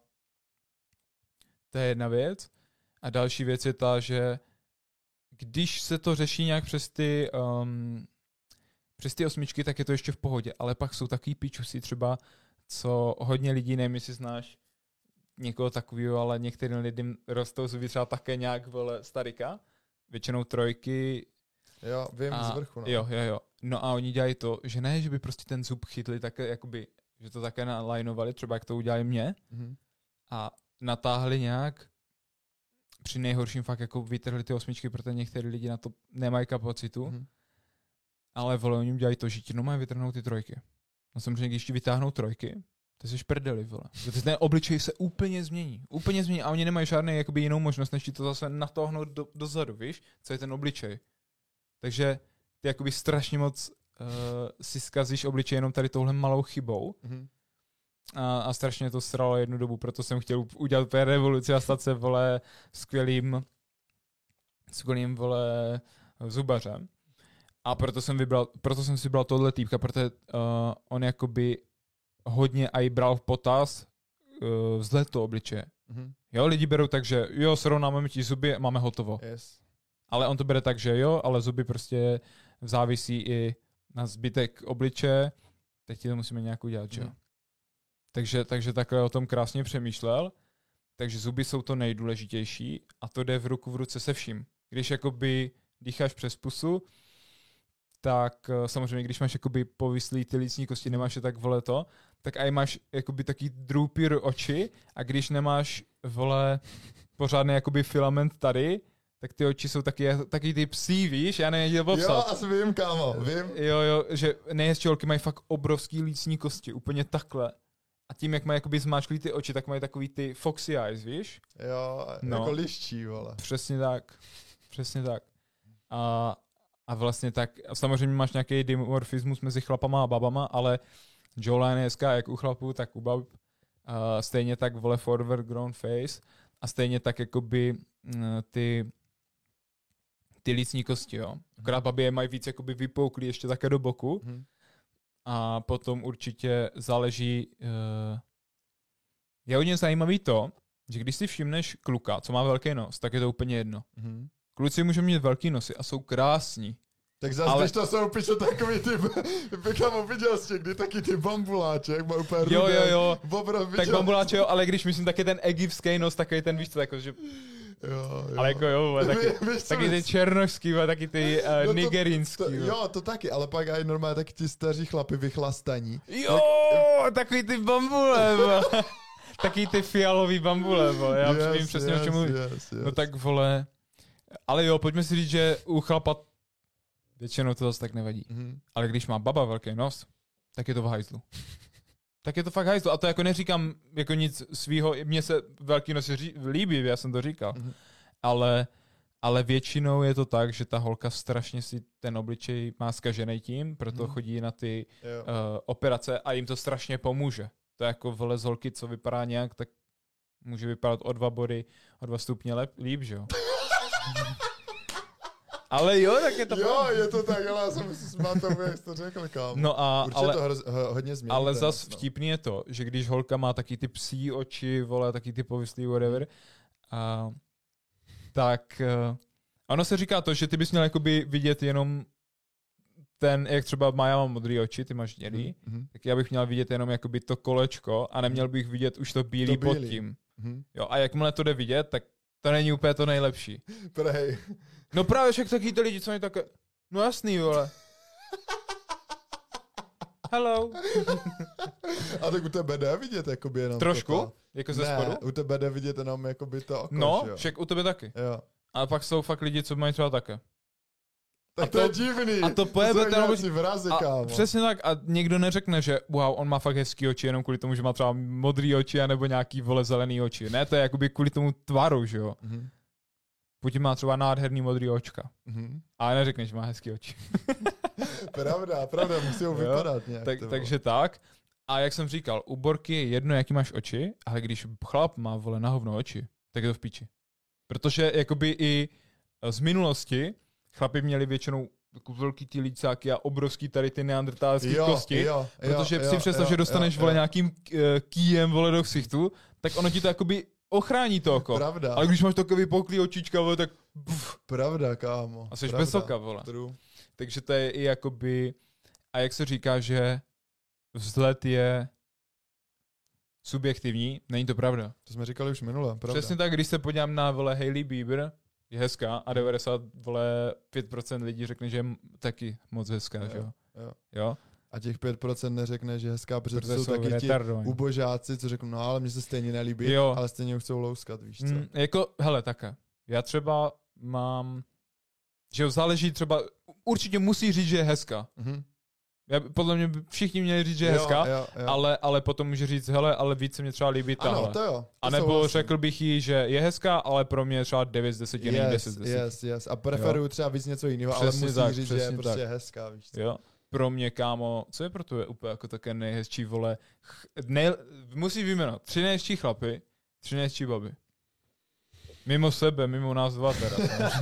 to je jedna věc. A další věc je ta, že když se to řeší nějak přes ty, um, přes ty osmičky, tak je to ještě v pohodě. Ale pak jsou takový pičusy třeba, co hodně lidí, nevím, jestli znáš někoho takového, ale některým lidem rostou zuby třeba také nějak, vole, starika. Většinou trojky. Jo, vím a, z vrchu. No. Jo, jo, jo. No a oni dělají to, že ne, že by prostě ten zub chytli také, jakoby, že to také nalajnovali, třeba jak to udělali mě. Mm-hmm. A natáhli nějak, při nejhorším fakt jako vytrhli ty osmičky, protože některý lidi na to nemají kapacitu. Mm-hmm. Ale vole, oni dělají to, že ti no mají vytrhnout ty trojky. No samozřejmě, když ti vytáhnou trojky, to jsi šprdeli, vole. Protože ten obličej se úplně změní. Úplně změní a oni nemají žádnou jakoby jinou možnost, než ti to zase natáhnout do, dozadu, víš, co je ten obličej. Takže ty jakoby strašně moc uh, si zkazíš obličej jenom tady touhle malou chybou. Mm-hmm. A, a strašně to sralo jednu dobu, proto jsem chtěl udělat úplně revoluci a stát se, vole, skvělým, skvělým, vole, zubařem. A proto jsem vybral, proto jsem si vybral tohle týpka, protože uh, on jakoby hodně aj bral v potaz uh, vzhled toho obličeje. Mm-hmm. Jo, lidi berou tak, že jo, srovnáme ti zuby, máme hotovo. Yes. Ale on to bere tak, že jo, ale zuby prostě závisí i na zbytek obličeje. Teď ti to musíme nějak udělat, že jo. Mm. Takže, takže takhle o tom krásně přemýšlel. Takže zuby jsou to nejdůležitější a to jde v ruku v ruce se vším. Když jakoby dýcháš přes pusu, tak samozřejmě, když máš jakoby povislý ty lícní kosti, nemáš je tak, vole, to, tak aj máš jakoby taký droopy oči a když nemáš, vole, pořádný jakoby filament tady, tak ty oči jsou taky, taky ty psí, víš, já nevím, jak to popsat. Jo, asi vím, kámo, vím. Jo, jo, že nejhezčí holky mají fakt obrovský lícní kosti, úplně takhle. A tím, jak mají jakoby zmáčklý ty oči, tak mají takový ty foxy eyes, víš? Jo, no. Jako liščí, vole. Přesně tak, přesně tak. A, a vlastně tak, samozřejmě máš nějaký dimorfismus mezi chlapama a babama, ale jawline je hezká jak u chlapů, tak u bab. Uh, stejně tak, vole, forward grown face a stejně tak jakoby uh, ty ty lícní kosti, jo. Akorát babi je mají víc jakoby vypouklý ještě také do boku. Hmm. A potom určitě záleží, uh, je hodně zajímavý to, že když si všimneš kluka, co má velký nos, tak je to úplně jedno. Mm-hmm. Kluci můžou mít velký nosy a jsou krásní. Tak zase, ale... když to jsou piče takový ty, kámo, viděl jsi kdy taky ty bambuláče, jak má úplně rudé. Jo, jo, jo, Bobra, tak bambuláče, jo, ale když myslím taky ten egyptský nos, takový ten, víš co, jako, že... Jo, jo. Ale jako jo, taky, Ví, taky ty černošský, taky ty uh, no nigerinský. To, to, jo, to taky, ale pak aj normálně taky ti staří chlapy vychlastaní. Jo, tak... takový ty bambule, taky ty fialový bambule, vole. Já yes, vím přesně, yes, o čem mluvím. Yes, yes. No tak, vole, ale jo, pojďme si říct, že u chlapa většinou to zase tak nevadí. Mm-hmm. Ale když má baba velký nos, tak je to v hajzlu. Tak je to fakt hajzlu. A to jako neříkám jako nic svýho, mně se velký nos líbí, já jsem to říkal. Mm-hmm. Ale, ale většinou je to tak, že ta holka strašně si ten obličej má zkažený tím, proto mm-hmm. chodí na ty uh, operace a jim to strašně pomůže. To je jako vole z holky, co vypadá nějak, tak může vypadat o dva body, o dva stupně lep, líp, že jo? Ale jo, tak je to... Jo, je to tak, ale já jsem si smál tomu, jak jsi to řekl, kámo. No a, určitě ale, to hroz, hodně změní. Ale zas no. Vtipný je to, že když holka má taky ty psí oči, vole, taky ty povislý whatever, a, tak uh, ono se říká to, že ty bys měl jakoby vidět jenom ten, jak třeba Maja má modrý oči, ty máš hnědý, mm-hmm. tak já bych měl vidět jenom jakoby to kolečko a neměl bych vidět už to bílý, to bílý. Pod tím. Mm-hmm. Jo, a jakmile to jde vidět, tak to není úplně to nejlepší. Prej. No právě však taky ty lidi, co oni také, no jasný, vole. Hello. A tak u tebe jde vidět jakoby jenom trošku? Toto. Jako ze ne, spodu? U tebe jde vidět jenom jakoby to oko. No, jo? však u tebe taky. Jo. Ale pak jsou fakt lidi, co mají třeba také. Tak a to, to je divný. A to pojebe ten obličej. Vrazy, kámo. Přesně tak. A někdo neřekne, že wow, on má fakt hezký oči, jenom kvůli tomu, že má třeba modrý oči, anebo nějaký vole zelený oči. Ne, to je jakoby kvůli tomu tvaru, že jo. Mm-hmm. Putin má třeba nádherný modrý očka. Mm-hmm. Ale neřekne, že má hezký oči. Pravda, pravda, musí ho vypadat nějak. Tak, takže tak. A jak jsem říkal, u Borky je jedno, jaký máš oči, ale když chlap má vole na hovno oči, tak je to v piči. Protože jakoby i z minulosti chlapi měli většinou jako velký ty lícáky a obrovský tady ty neandertálské kosti, jo, protože jo, si představ, jo, že dostaneš jo, vole jo. nějakým kýjem vole do ksichtu, tak ono ti to jakoby ochrání to oko. Pravda. Ale když máš takový poklý očička, vole, tak pff. Pravda, kámo. A jsi bez oka, vole. True. Takže to je i jakoby, a jak se říká, že vzhled je subjektivní, není to pravda. To jsme říkali už minule, pravda. Přesně tak, když se podívám na vole Hailey Bieber, je hezká a devadesát pět procent lidí řekne, že je taky moc hezká, jo, že jo? Jo. jo? A těch pět procent neřekne, že je hezká, protože, protože jsou, jsou taky retardovaní. Ti ubožáci, co řeknou, no ale mně se stejně nelíbí, jo. ale stejně už chcou louskat, víš co? Mm, jako, hele, také. Já třeba mám, že jo, záleží třeba, určitě musí říct, že je hezká. Mm-hmm. Já, podle mě všichni měli říct, že je jo, hezká, jo, jo. Ale, ale potom může říct, hele, ale víc se mě třeba líbí tahle. Ano, to jo. To a nebo řekl bych jí, že je hezká, ale pro mě třeba devět z deseti, yes, není deset z deseti. Yes, yes. A preferuju jo. třeba víc něco jiného, ale musí tak, říct, že je prostě tak. hezká, víš co? Jo. Pro mě, kámo, co je pro tebe úplně jako také nejhezčí, vole, nej, musí vyjmenovat tři nejhezčí chlapy, tři nejhezčí baby. Mimo sebe, mimo nás dva teda.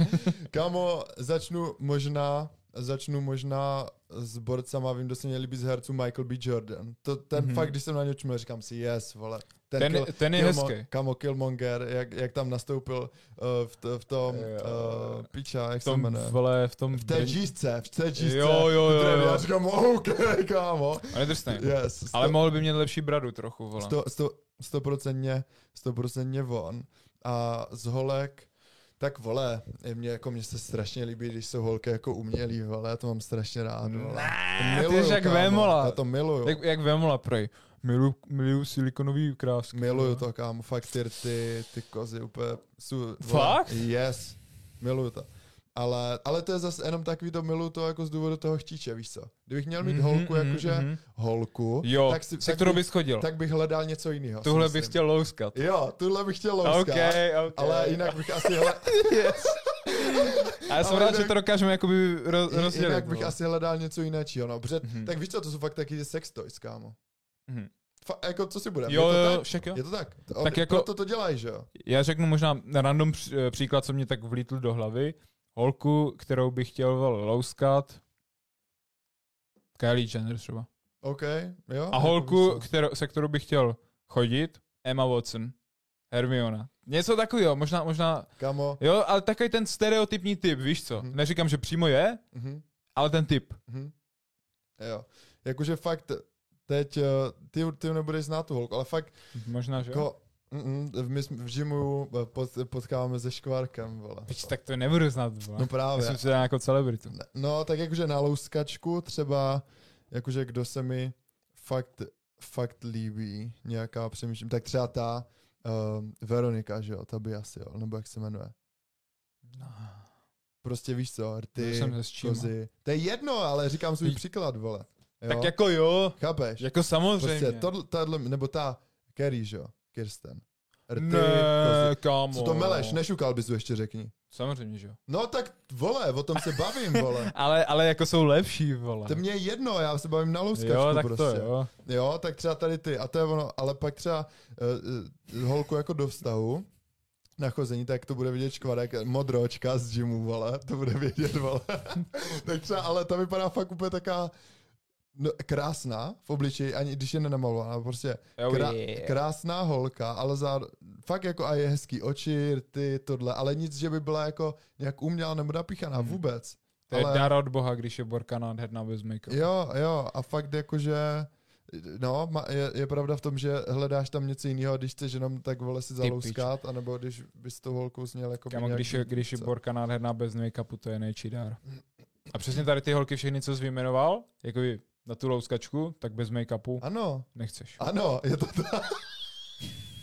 Kámo, začnu možná, začnu možná s borcama, vím, kdo se mě líbí z herců Michael B. Jordan. To, ten mm-hmm. fakt, když jsem na něj čumil, říkám si, yes, vole. Ten, ten, kill, ten je Killmo- hezký. Kámo, Killmonger, jak, jak tam nastoupil uh, v, to, v tom, uh, píča, jak v tom, se jmenuje? Vole, v tom... V té džízce, v té džízce. Jo, jo, jo. jo. Já říkám, OK, kámo. Ale drsnej. Yes, sto, ale mohl by mít lepší bradu trochu, vole. Sto, sto, stoprocentně, stoprocentně von. A z holek, tak vole, mě, jako mně se strašně líbí, když jsou holky jako umělý, vole, já to mám strašně rád, vole. Ne, ty jsi jak Vémola. Já to miluju. Jak, jak Vémola, prej. Miluju, miluju silikonový krásky. Miluju to, kámo, fakt ty, ty, ty kozy úplně jsou... Fakt? Yes, miluju to. Ale, ale to je zase jenom takový to miluju to jako z důvodu toho chtíče, víš co? Kdybych měl mít mm-hmm, holku, jakože mm-hmm. holku, jo, tak, si, se kterou bys chodil. Tak bych hledal něco jiného. Tuhle bych chtěl louskat. Jo, tuhle bych chtěl louskat. Okay, okay. Ale jinak bych asi hledal... yes. A já jsem ale rád, jinak, že to dokážeme jakoby roz, rozdělit. Jinak bych bylo. asi hledal něco jiného, no. Protože, mm-hmm. tak víš co, to jsou fakt taky sex toys, kámo. Mm-hmm. Fa- jako, co si budeme? Jo, je to jo, tak? však jo. Je to tak? tak On, jako, proto to dělají, že jo? Já řeknu možná random příklad, co mě tak vlítl do hlavy. Holku, kterou bych chtěl louskat. Kylie Jenner třeba. OK, jo. A holku, kterou, se kterou bych chtěl chodit, Emma Watson. Hermiona. Něco takového, možná, možná... Kamo. Jo, ale takový ten stereotypní typ, víš co? Mm-hmm. Neříkám, že přímo je, mm-hmm. ale ten typ. Mm-hmm. Jo. Jakože fakt, teď, ty, ty nebudeš znát tu holku, ale fakt... Možná, že jako, my v gymu pot, potkáváme se Škvárkem, vole. Víš, tak to nebudu znát, vole. No právě. Myslím si, že jako celebritu. No, tak jakože na louskačku třeba, jakože kdo se mi fakt, fakt líbí, nějaká přemýšlím, tak třeba ta uh, Veronika, že jo, ta by asi, jo, nebo jak se jmenuje. No. Prostě víš co, rty, kozy. To je jedno, ale říkám svůj příklad, vole. Jo? Tak jako jo. Chápeš? Jako samozřejmě. Prostě tohle, tohle, nebo ta Carrie, že jo, Kirsten. Rty, ne, kozy. kámo. Co to meleš, nešukal bys tu ještě řekni. Samozřejmě, že jo. No tak, vole, o tom se bavím, vole. ale, ale jako jsou lepší, vole. To mě je jedno, já se bavím na louskačku jo, tak prostě. To, jo. jo, tak třeba tady ty, a to je ono, ale pak třeba uh, uh, holku jako do vztahu, na chození, tak to bude vidět Škvarek, modročka z gymu, vole, to bude vědět, vole. Tak třeba, ale ta vypadá fakt úplně taká no, krásná v obličeji, ani když je nenamalovaná, prostě krá, krásná holka, ale za, fakt jako a je hezký oči, ty, tohle, ale nic, že by byla jako nějak umělá nebo napíchaná, hmm. vůbec. To ale, je dar od Boha, když je Borka nádherná bez make-up. Jo, jo, a fakt jakože no, je, je pravda v tom, že hledáš tam něco jiného, když chceš jenom tak vole si zalouskat, anebo když bys tou holkou směl jako Kámo, když je, když je Borka nádherná bez make-upu, to je nejčí dár. A přesně tady ty holky všechny, co jsi vyjmenoval, jako na tu louskačku, tak bez make-upu ano. nechceš. Ano, je to tak.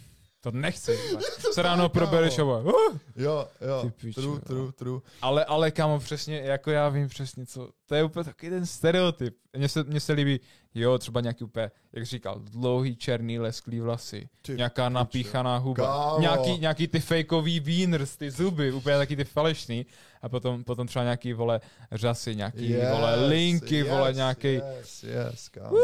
To nechceš. Se ráno probereš a uh, Jo, jo, Ty pičo, true, no. true, true. ale, ale kámo, přesně, jako já vím přesně co, to je úplně takový ten stereotyp. Mně se, mně se líbí, jo, třeba nějaký úplně, jak říkal, dlouhý černý lesklý vlasy, Ty nějaká pičo. napíchaná huba, Kámo. nějaký, nějaký ty fejkový wieners, ty zuby, úplně taky ty falešný a potom, potom třeba nějaký, vole, řasy, nějaký, Yes, vole, linky, yes, vole, nějaký. Yes, yes, kámo.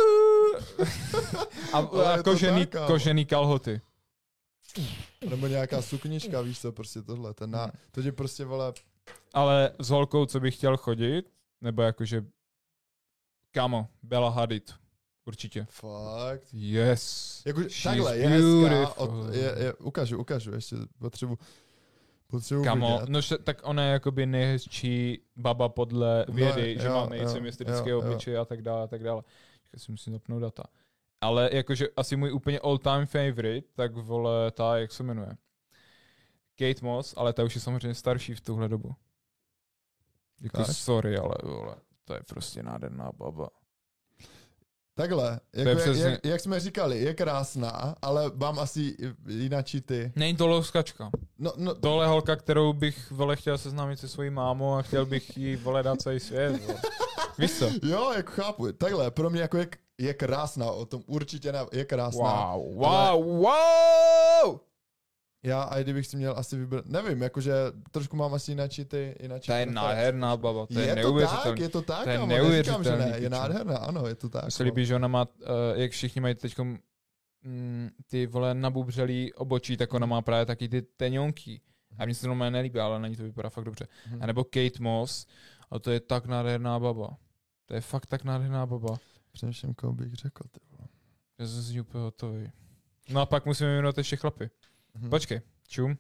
a, Ale a je to kožený, tak, kámo. kožený kalhoty. Nebo nějaká suknička, víš co, prostě tohle, ten ná... To tě prostě, vole, Ale s holkou, co bych chtěl chodit, nebo jakože, kámo, Bella Hadid, určitě. fakt. Yes. Jako, She's takhle, je hezká, beautiful. od, je, je, ukážu, ukážu, ještě potřebu, potřebu Kámo, vidět. no, že- tak ona je jakoby nejhezčí baba podle vědy, No, že jo, má jo, nejsymetrické jo, obličeje a tak dále, a tak dále. Já si musím zapnout data. Ale jakože asi můj úplně all-time favorite, tak vole ta, jak se jmenuje? Kate Moss, ale ta už je samozřejmě starší v tuhle dobu. Jako Tak. sorry, ale vole, to je prostě nádherná baba. Takhle, je jako, jak, přesně- jak, jak jsme říkali, je krásná, ale mám asi jináčí ty. Není to louskačka. No, no, Tohle je holka, kterou bych vole chtěl seznámit se svojí mámou a chtěl bych jí vole dát celý svět. Vole. Víš co? jo, jako chápu. Takhle, pro mě jako je, je krásná, o tom určitě ne, je krásná. Wow, ale- wow, wow! Já, a kdybych si měl asi vybrat, nevím, jakože trošku mám asi jináčí ty, jináčí To je preference. nádherná baba, to je, Je to tak, neuvěřitelný. je to tak, To je kámo, neříkám, že neuvěřitelný, ne, je pičo. nádherná, ano, je to tak. Mně se no. líbí, že ona má, uh, jak všichni mají teď mm, ty vole nabubřelý obočí, tak ona má právě taky ty teňonky. A mně se to normálně nelíbí, ale na ní to vypadá fakt dobře. Mhm. A nebo Kate Moss, a to je tak nádherná baba. To je fakt tak nádherná baba. Přemýšlím, koho bych řekl, ty vole. Já jsem z ní úplně hotový. No a pak musíme jmenovat ještě chlapy. Mhm. Počkej, čum.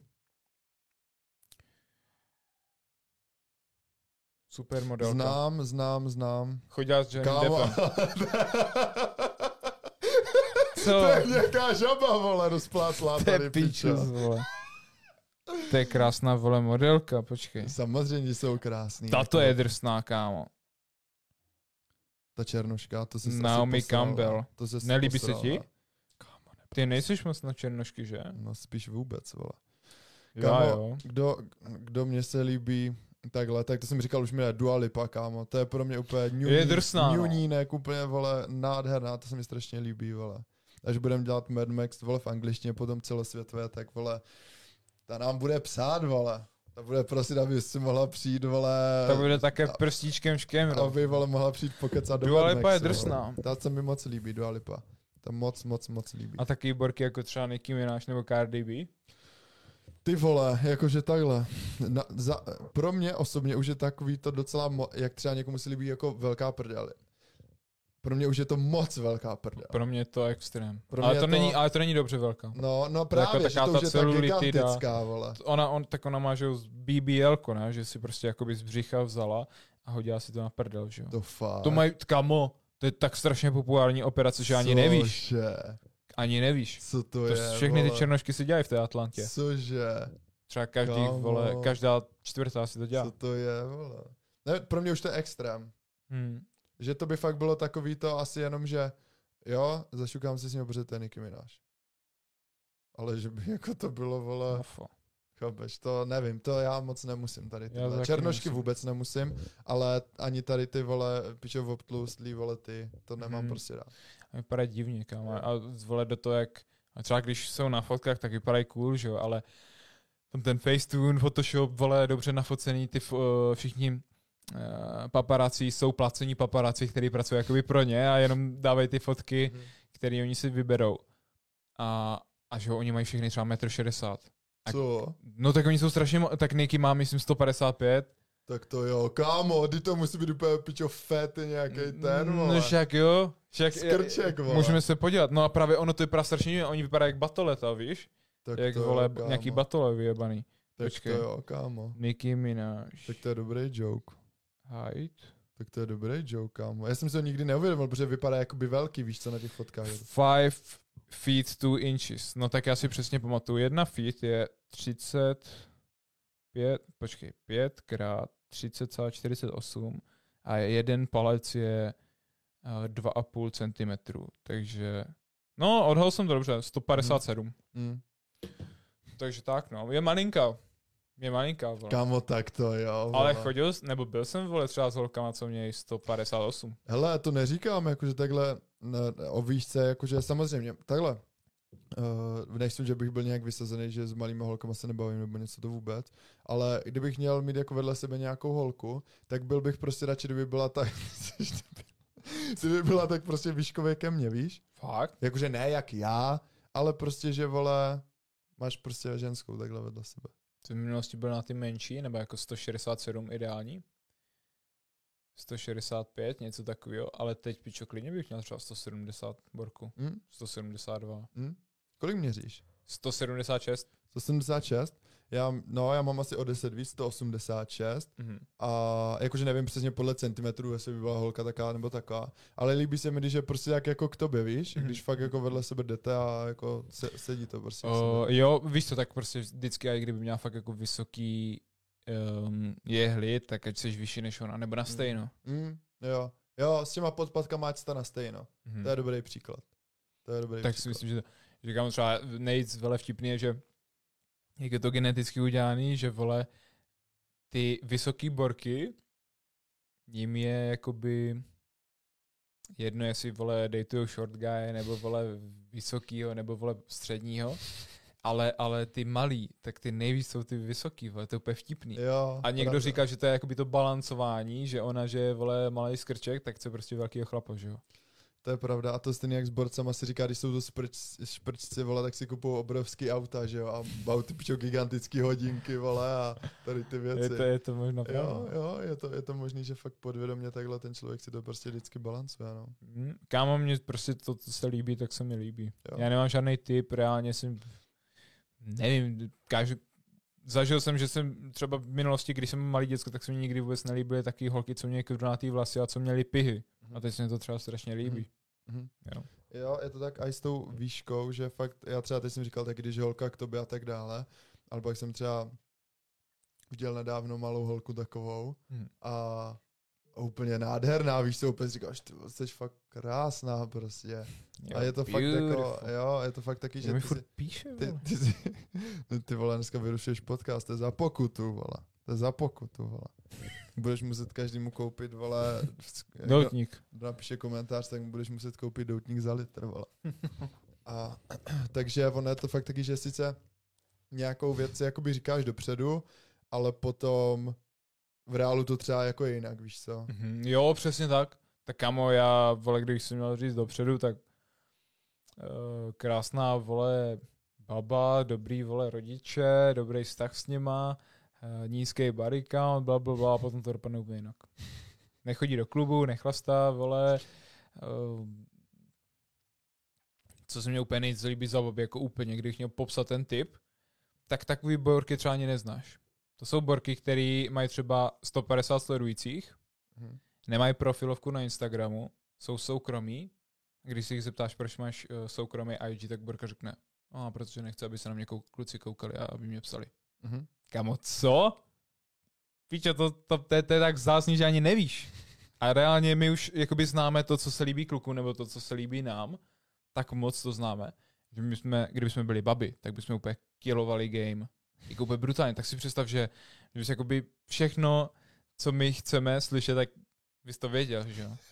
Super modelka. Znám, znám, znám. Chodila s Johnny Kámo. Deppem. To Co? je nějaká žaba, vole, rozpláclá To je tady, pičus, pičo. vole. To je krásná, vole, modelka, počkej. Samozřejmě jsou krásný. Tato jako je drsná, kámo. Ta černoška, to se Naomi Campbell. To se Nelíbí se posrala. ti? Kámo, ne, Ty nejsiš moc na černošky, že? no spíš vůbec, vole. Já Kámo, jo. Kdo, kdo mě se líbí takhle, tak to jsem říkal už mi je Dua Lipa, kámo. To je pro mě úplně ňuní, Je drsná, no. ňunínek, úplně, vole, nádherná, to se mi strašně líbí, vole. Až budeme dělat Mad Max, vole, v angličtině, potom celosvětové, tak, vole, ta nám bude psát, vole. Ta bude prosit, aby si mohla přijít, vole. To bude také prstíčkem škem, no. Aby, vole, mohla přijít pokecat do Dua Mad Lipa je Maxu, drsná. vole. Ta se mi moc líbí, Dua Lipa. Ta moc, moc, moc líbí. A taky borky jako třeba Nicki Minaj nebo Cardi B. Ty vole, jakože takhle. Na, za, pro mě osobně už je takový to docela, mo, jak třeba někomu se líbí jako velká prdel. Pro mě už je to moc velká prdel. Pro mě je to extrém. Pro Ale mě to, to- není, ale to není dobře velká. No, no jako právě, že taková to ta už je tak celulitida. gigantická, vole. Ona, on, tak ona má, že jo, B B L ko, ne? Že si prostě jakoby z břicha vzala a hodila si to na prdel, že jo. To fakt. To mají, kamo, to je tak strašně populární operace, že ani nevíš. Cože? Ani nevíš. Co to, To je, všechny ty vole? černošky si dělají v té Atlantě. Cože? Třeba každý, Kámo. vole, každá čtvrtá si to dělá. Co to je, vole? Ne, pro mě už to je extrém. Hmm. Že to by fakt bylo takový to asi jenom, že jo, zašukám si s ním, protože to je Nicki Minaj. Ale že by jako to bylo, vole, Mafo. chápeš, to nevím, to já moc nemusím tady. Já Tyhle. taky Černošky nemusím. vůbec nemusím, ale ani tady ty, vole, pičov obtlustlý, vole, ty, to nemám Mhm. prostě rád. A vypadají divně, kámo. A zvole do toho, jak... A třeba když jsou na fotkách, tak vypadají cool, že jo, ale tam ten Facetune, Photoshop, vole, dobře nafocený, ty uh, všichni uh, paparazzi jsou placení paparazzi, který pracují jakoby pro ně a jenom dávají ty fotky, Mhm. které oni si vyberou. A, a že jo, oni mají všechny třeba metr šedesát. A- Co? No tak oni jsou strašně, mo- tak Nicky má, myslím, sto padesát pět. Tak to jo, kámo, ty to musí být úplně pičo fety nějaký ten, vole. No však jo. Však, Skrček, vole. Můžeme se podívat. No a právě ono to vypadá strašně divně. Oni vypadají jak batoleta, víš? tak Jak to vole, jo, kámo. nějaký batole vyjebaný. Tak Počkej. to jo, kámo. Nicki Minaj. Tak to je dobrý joke. Height. Tak to je dobrý joke, kámo. Já jsem se to nikdy neuvědomil, protože vypadá jakoby velký, víš co, na těch fotkách. Five feet two inches. No tak já si přesně pamatuju. Jedna feet je třicet pět, počkej, pět krát třicet celá čtyřicet osm a jeden palec je uh, dva a půl centimetru. Takže, no, odhal jsem to dobře, sto padesát sedm. Hmm. takže tak, no. Je malinká. Je malinká, vole. Kámo, tak to jo. Vole. Ale chodil, nebo byl jsem, vole, třeba s holkama, co mějí sto padesát osm. Hele, to neříkám, jakože takhle ne, o výšce, jakože samozřejmě, takhle. Uh, nechci, že bych byl nějak vysazený, že s malými holkama se nebavím nebo něco to vůbec, ale kdybych měl mít jako vedle sebe nějakou holku, tak byl bych prostě radši, kdyby byla tak, kdyby byla tak prostě výškově ke mně, víš? Fakt? Jakože ne jak já, ale prostě, že vole, máš prostě ženskou takhle vedle sebe. Ty v minulosti byl na ty menší, nebo jako sto šedesát sedm ideální? sto šedesát pět, něco takového, ale teď pičo, klidně bych měl třeba sto sedmdesát borku. Hmm? sto sedmdesát dva. Hmm? Kolik měříš? sto sedmdesát šest. sto sedmdesát šest? Já, no, já mám asi o deset víc, sto osmdesát šest. Mhm. A jakože nevím přesně podle centimetrů, jestli by byla holka taková nebo taková, ale líbí se mi, když je prostě jak jako k tobě, víš? Mhm. Když fakt jako vedle sebe jdete a jako se, sedí to prostě. O, jo, víš to, tak prostě vždycky, i kdyby měla fakt jako vysoký um, jehly, tak ať jsi vyšší než ona, nebo na stejno. Mm, jo, jo, s těma podpadkama ať sta na stejno. Mhm. To je dobrý příklad. To je dobrý Tak příklad. si myslím, že, že kámo třeba nejvíc vele vtipný je, že jak je to geneticky udělaný, že vole ty vysoký borky, jim je jakoby jedno, jestli vole dejtujou short guy, nebo vole vysokýho, nebo vole středního, ale, ale ty malý, tak ty nejvíc jsou ty vysoký, vole, to je úplně vtipný. Jo, A někdo pravda. říká, že to je jakoby to balancování, že ona, že je vole malý skrček, tak chce prostě velkýho chlapa, že jo. To je pravda a to stejně jak s borcama si říká, když jsou to šprč, šprčci, vole, tak si kupují obrovský auta, že jo, a bavou ty pičo gigantický hodinky, vole, a tady ty věci. Je to, je to možná Jo, pravda. jo, je to, je to možný, že fakt podvědomě takhle ten člověk si to prostě vždycky balancuje, no. Hmm, kámo, mě prostě to, co se líbí, tak se mi líbí. Jo. Já nemám žádný typ, reálně jsem, nevím, každý, zažil jsem, že jsem třeba v minulosti, když jsem malý děcko, tak se mi nikdy vůbec nelíbily taky holky, co měly kudrnatý vlasy a co měly pihy. A teď se mi to třeba strašně líbí. Mhm. Jo. Jo, je to tak i s tou výškou, že fakt, já třeba teď jsem říkal taky, když holka k tobě a tak dále, ale pak jsem třeba viděl nedávno malou holku takovou Hmm. a úplně nádherná, víš, co úplně říkáš, ty jsi fakt krásná prostě. Jo, A je to fakt beautiful. jako, jo, je to fakt taky, Že že mi ty, furt si, píše, ty, vole. ty, si, no ty vole, dneska vyrušuješ podcast, to je za pokutu, vole. To je za pokutu, vole. Budeš muset každému koupit, vole, kdo Doutník. napíše komentář, tak mu budeš muset koupit doutník za litr, vole. A takže ono je to fakt taky, že sice nějakou věc si jakoby říkáš dopředu, ale potom v reálu to třeba jako je jinak, víš co? Mhm, jo, přesně tak. Tak kamo, já, vole, když jsem měl říct dopředu, tak uh, krásná, vole, baba, dobrý, vole, rodiče, dobrý vztah s nima, uh, nízký body count, bla, bla, bla, a potom to dopadne úplně jinak. Nechodí do klubu, nechlastá, vole, uh, co se mě úplně nejvíc líbí za babi, jako úplně, když měl popsat ten typ, tak takový borky třeba ani neznáš. To jsou borky, které mají třeba sto padesát sledujících, Mhm. nemají profilovku na Instagramu, jsou soukromí. Když si jich zeptáš, proč máš uh, soukromý I G, tak borka řekne, a protože nechce, aby se na mě kou- kluci koukali a aby mě psali. Mhm. Kamo, co? Píčo, to, to, to, je- to je tak vzácný, že ani nevíš. A reálně my už jakoby známe to, co se líbí kluku, nebo to, co se líbí nám, tak moc to známe, že my jsme, kdyby jsme byli babi, tak bychom úplně killovali game. Jako úplně brutálně. Tak si představ, že, že bys jakoby všechno, co my chceme slyšet, tak bys to věděl, že jo?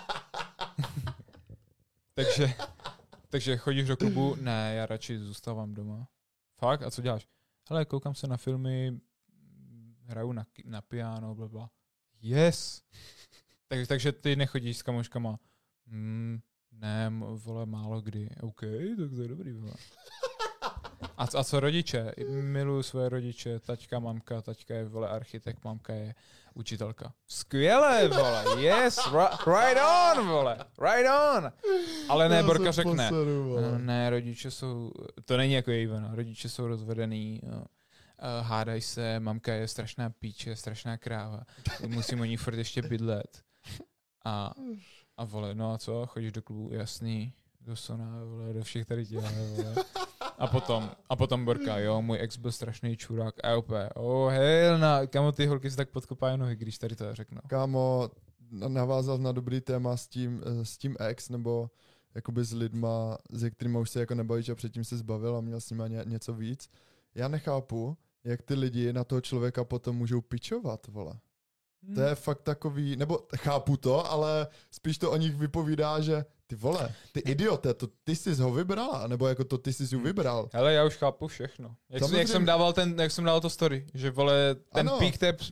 takže, takže chodíš do klubu? Ne, já radši zůstávám doma. Fakt? A co děláš? Hele, koukám se na filmy, hraju na, na piano, blablabla. Yes! tak, takže ty nechodíš s kamoškama. Hmm, ne, m- vole, málo kdy. OK, tak to je dobrý, vole. A, a co rodiče? Miluju svoje rodiče, taťka, mamka, taťka je, vole, architekt, mamka je učitelka. Skvěle, vole, yes, ri- right on, vole, right on. Ale ne, Já Borka se řekne, poseru, vole. "No, ne, rodiče jsou, to není jako Ivana, rodiče jsou rozvedený, jo. Uh, hádají se, mamka je strašná píče, strašná kráva, musím o ní furt ještě bydlet. A, a vole, no a co, chodíš do klubu, jasný, do Sona, vole, do všech tady těch, vole. A potom, a potom Borka, jo, můj ex byl strašný čurák, a úplně, oh hell, na, kamo ty holky si tak podkopají nohy, když tady to řeknu. Kámo, navázal na dobrý téma s tím, eh, s tím ex, nebo jakoby s lidma, se kterými už se jako nebavíš a předtím se zbavil a měl s nimi ně, něco víc. já nechápu, jak ty lidi na toho člověka potom můžou pičovat, vole. Hmm. To je fakt takový, nebo chápu to, ale spíš to o nich vypovídá, že ty vole, ty idiote, to ty jsi ho vybrala, nebo jako to ty jsi ju vybral. Ale já už chápu všechno. Jak, jsem, jak jsem dával ten, jak jsem dával to story, že vole, ten ano. pík té uh,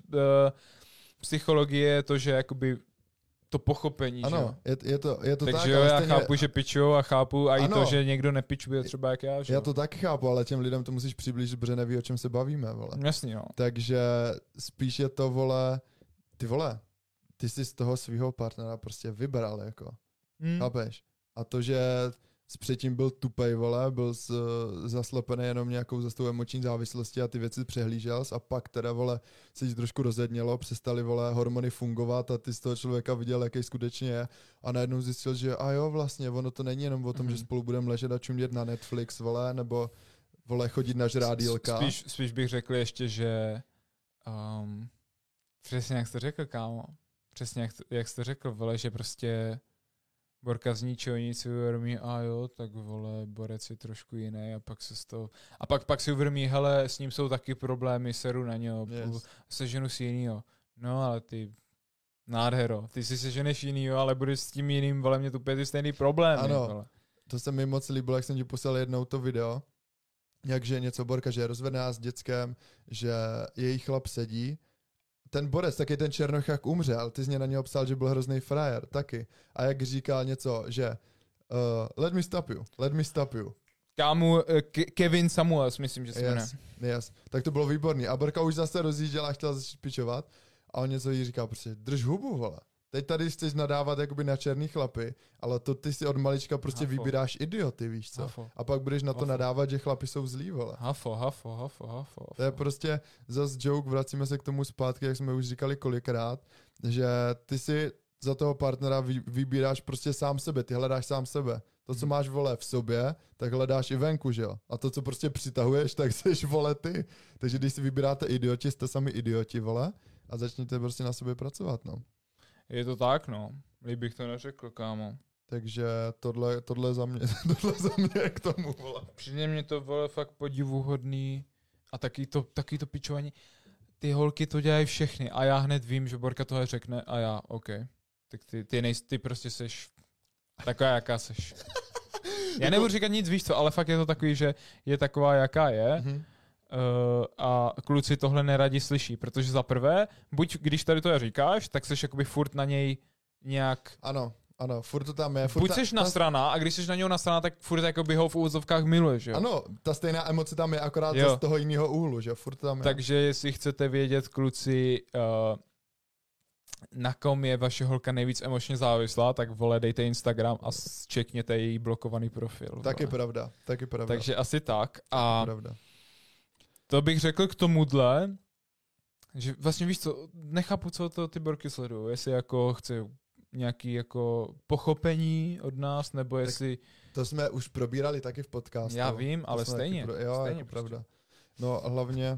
psychologie je to, že jakoby to pochopení, ano, že je, je to, je to Takže tak. Takže já stejně... chápu, že pičujou a chápu a i to, že někdo nepičuje třeba jak já, že Já to taky chápu, ale těm lidem to musíš přiblížit, protože neví, o čem se bavíme, vole. Jasně, no. Takže spíš je to, vole, ty vole, ty jsi z toho svého partnera prostě vybral, jako. Hmm. Chápeš? A to, že jsi předtím byl tupej, vole, byl z, zaslepený jenom nějakou za tou emoční závislostí a ty věci přehlížel a pak teda, vole, se ti trošku rozednělo, přestali, vole, hormony fungovat a ty z toho člověka viděl, jaký skutečně je a najednou zjistil, že a jo, vlastně, ono to není jenom o tom, mm-hmm. že spolu budeme ležet a čumět na Netflix, vole, nebo, vole, chodit na žrádílka. Spíš, spíš bych řekl ještě, že um, přesně jak jsi to řekl, kámo, přesně jak, jak jsi to řekl, vole, že prostě Borka z ničeho nic si uvědomí, a jo, tak vole, Borec je trošku jiný a pak se z toho... A pak, pak si uvědomí, hele, s ním jsou taky problémy, seru na něho, yes. seženu si jinýho. No, ale ty, nádhero, ty si seženeš jinýho, ale budeš s tím jiným, vole, mě tu pět stejný problém. Ano, vole. To se mi moc líbilo, jak jsem ti poslal jednou to video, jakže něco Borka, že je rozvedená s dětskem, že její chlap sedí, ten Borec, taky ten Černochák umřel, ty jsi mě na něho psal, že byl hrozný frajer, taky. A jak říkal něco, že uh, let me stop you, let me stop you. Kámu uh, Ke- Kevin Samuels, myslím, že se jmenuje. Yes, yes. Tak to bylo výborný. A Borka už zase rozjížděla a chtěla začít pičovat. A on něco jí říká, prostě drž hubu, vole. Teď tady chceš nadávat jakoby na černý chlapy, ale to ty si od malička prostě hafo. Vybíráš idioty, víš co? Hafo. A pak budeš na to hafo. Nadávat, že chlapi jsou zlí, vole. Hafo, hafo, hafo, hafo. To je prostě zas joke, vracíme se k tomu zpátky, jak jsme už říkali kolikrát, že ty si za toho partnera vy, vybíráš prostě sám sebe, ty hledáš sám sebe. To, co máš, vole, v sobě, tak hledáš i venku, že jo? A to, co prostě přitahuješ, tak seš, vole, ty. Takže když si vybíráte idioti, jste sami idioti, vole, a začněte prostě na sobě pracovat, no. Je to tak, no. Líp bych to neřekl, kámo. Takže tohle, tohle za mě, tohle za mě k tomu, vole. Přijde mě to, vole, fakt podivuhodný a taky to, taky to pičování. Ty holky to dělají všechny a já hned vím, že Borka tohle řekne a já, OK. Tak ty, ty, nejsi, ty prostě seš taková, jaká seš. Já nebudu říkat nic, víš co, ale fakt je to takový, že je taková, jaká je. Mm-hmm. Uh, a kluci tohle neradi slyší, protože za prvé, buď když tady to říkáš, tak seš jakoby furt na něj nějak... Ano, ano, furt to tam je. Furt buď ta, seš ta... nasraná a když seš na něho nasraná, tak furt jakoby ho v úvozovkách miluješ, jo? Ano, ta stejná emoce tam je, akorát z toho jiného úhlu, že furt tam je. Takže jestli chcete vědět, kluci, uh, na kom je vaše holka nejvíc emočně závislá, tak vole, dejte Instagram a čekněte její blokovaný profil. Taky pravda, taky pravda. Takže asi tak. A taky pravda. To bych řekl k tomuhle, že vlastně víš co, nechápu, co to ty Borky sledují, jestli jako chce nějaký jako pochopení od nás, nebo jestli... Tak to jsme už probírali taky v podcastu. Já vím, ale stejně. Pro... Jo, stejně jako prostě. Pravda. No a hlavně,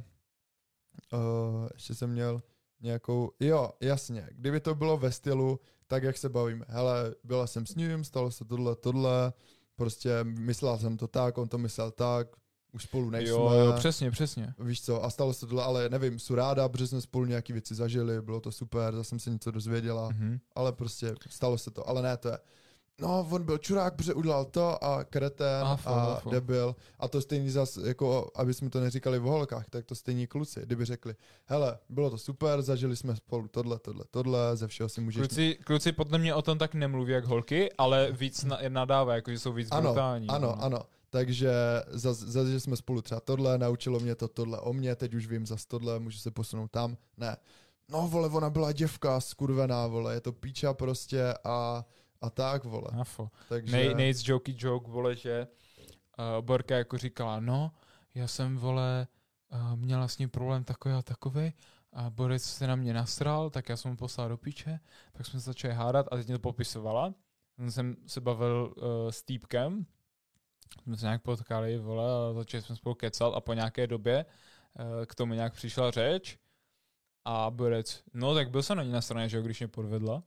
uh, ještě jsem měl nějakou, jo, jasně, kdyby to bylo ve stylu, tak jak se bavíme, hele, byla jsem s ním, stalo se tohle, tohle, prostě myslel jsem to tak, on to myslel tak, už spolu nejsme. Jo, jo, přesně, přesně. Víš co, a stalo se tohle, ale nevím, jsou ráda, protože jsme spolu nějaký věci zažili, bylo to super, zase jsem se něco dozvěděla, mm-hmm. ale prostě stalo se to, ale ne, to je, no, on byl čurák, protože udělal to a kretén Afo, a afo. debil a to stejný zas, jako, aby jsme to neříkali v holkách, tak to stejní kluci, kdyby řekli, hele, bylo to super, zažili jsme spolu tohle, tohle, tohle, ze všeho si můžeš... Kluci, kluci podle mě o tom tak nemluví jak holky, ale víc na, nadává, jakože jsou víc ano, brutální. Ano, no. ano. Takže zažili jsme spolu třeba tohle, naučilo mě to tohle o mě, teď už vím zas tohle, můžu se posunout tam. Ne. No vole, ona byla děvka, skurvená, vole, je to píča prostě a, a tak, vole. Afo. Takže... Nej, nejc jokey joke, vole, že uh, Borka jako říkala, no, já jsem, vole, uh, měla s ním problém takový a takovej a Borec se na mě nasral, tak já jsem mu poslal do píče, pak jsme se začali hádat a teď mě to popisovala. Jsem se bavil uh, s týpkem, jsme se nějak potkali, vole, a začali jsme spolu kecat a po nějaké době uh, k tomu nějak přišla řeč a Borec, no tak byl jsem na ní na straně, že jo, když mě podvedla.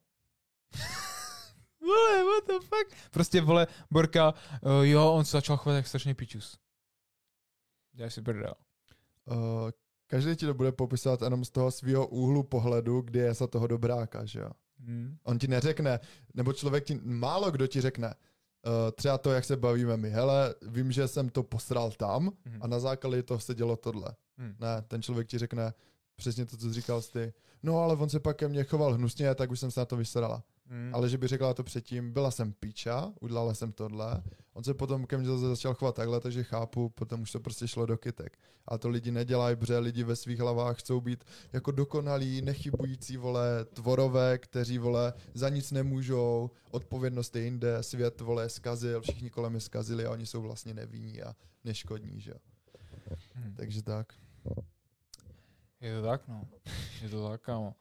Vole, what the fuck? Prostě, vole, Borka, uh, jo, on se začal chovat jak strašně pičus. Já si prdel. uh, každý ti to bude popisovat jenom z toho svého úhlu pohledu, kdy je za toho dobráka, že jo. Hmm. On ti neřekne, nebo člověk ti, málo kdo ti řekne, uh, třeba to, jak se bavíme my, hele, vím, že jsem to posral tam hmm. a na základě toho se dělo tohle. Hmm. Ne, ten člověk ti řekne přesně to, co jsi říkal ty. No, ale on se pak ke mně choval hnusně, tak už jsem se na to vysrala. Hmm. Ale že by řekla to předtím, byla jsem píča, udělala jsem tohle, on se potom ke mně začal chovat takhle, takže chápu, potom už to prostě šlo do kytek. A to lidi nedělají, protože lidi ve svých hlavách chcou být jako dokonalí, nechybující, vole, tvorové, kteří, vole, za nic nemůžou, odpovědnost je jinde, svět, vole, zkazil, všichni kolem je zkazili a oni jsou vlastně nevinní a neškodní, že jo. Hmm. Takže tak. Je to tak, no. Je to tak, kámo.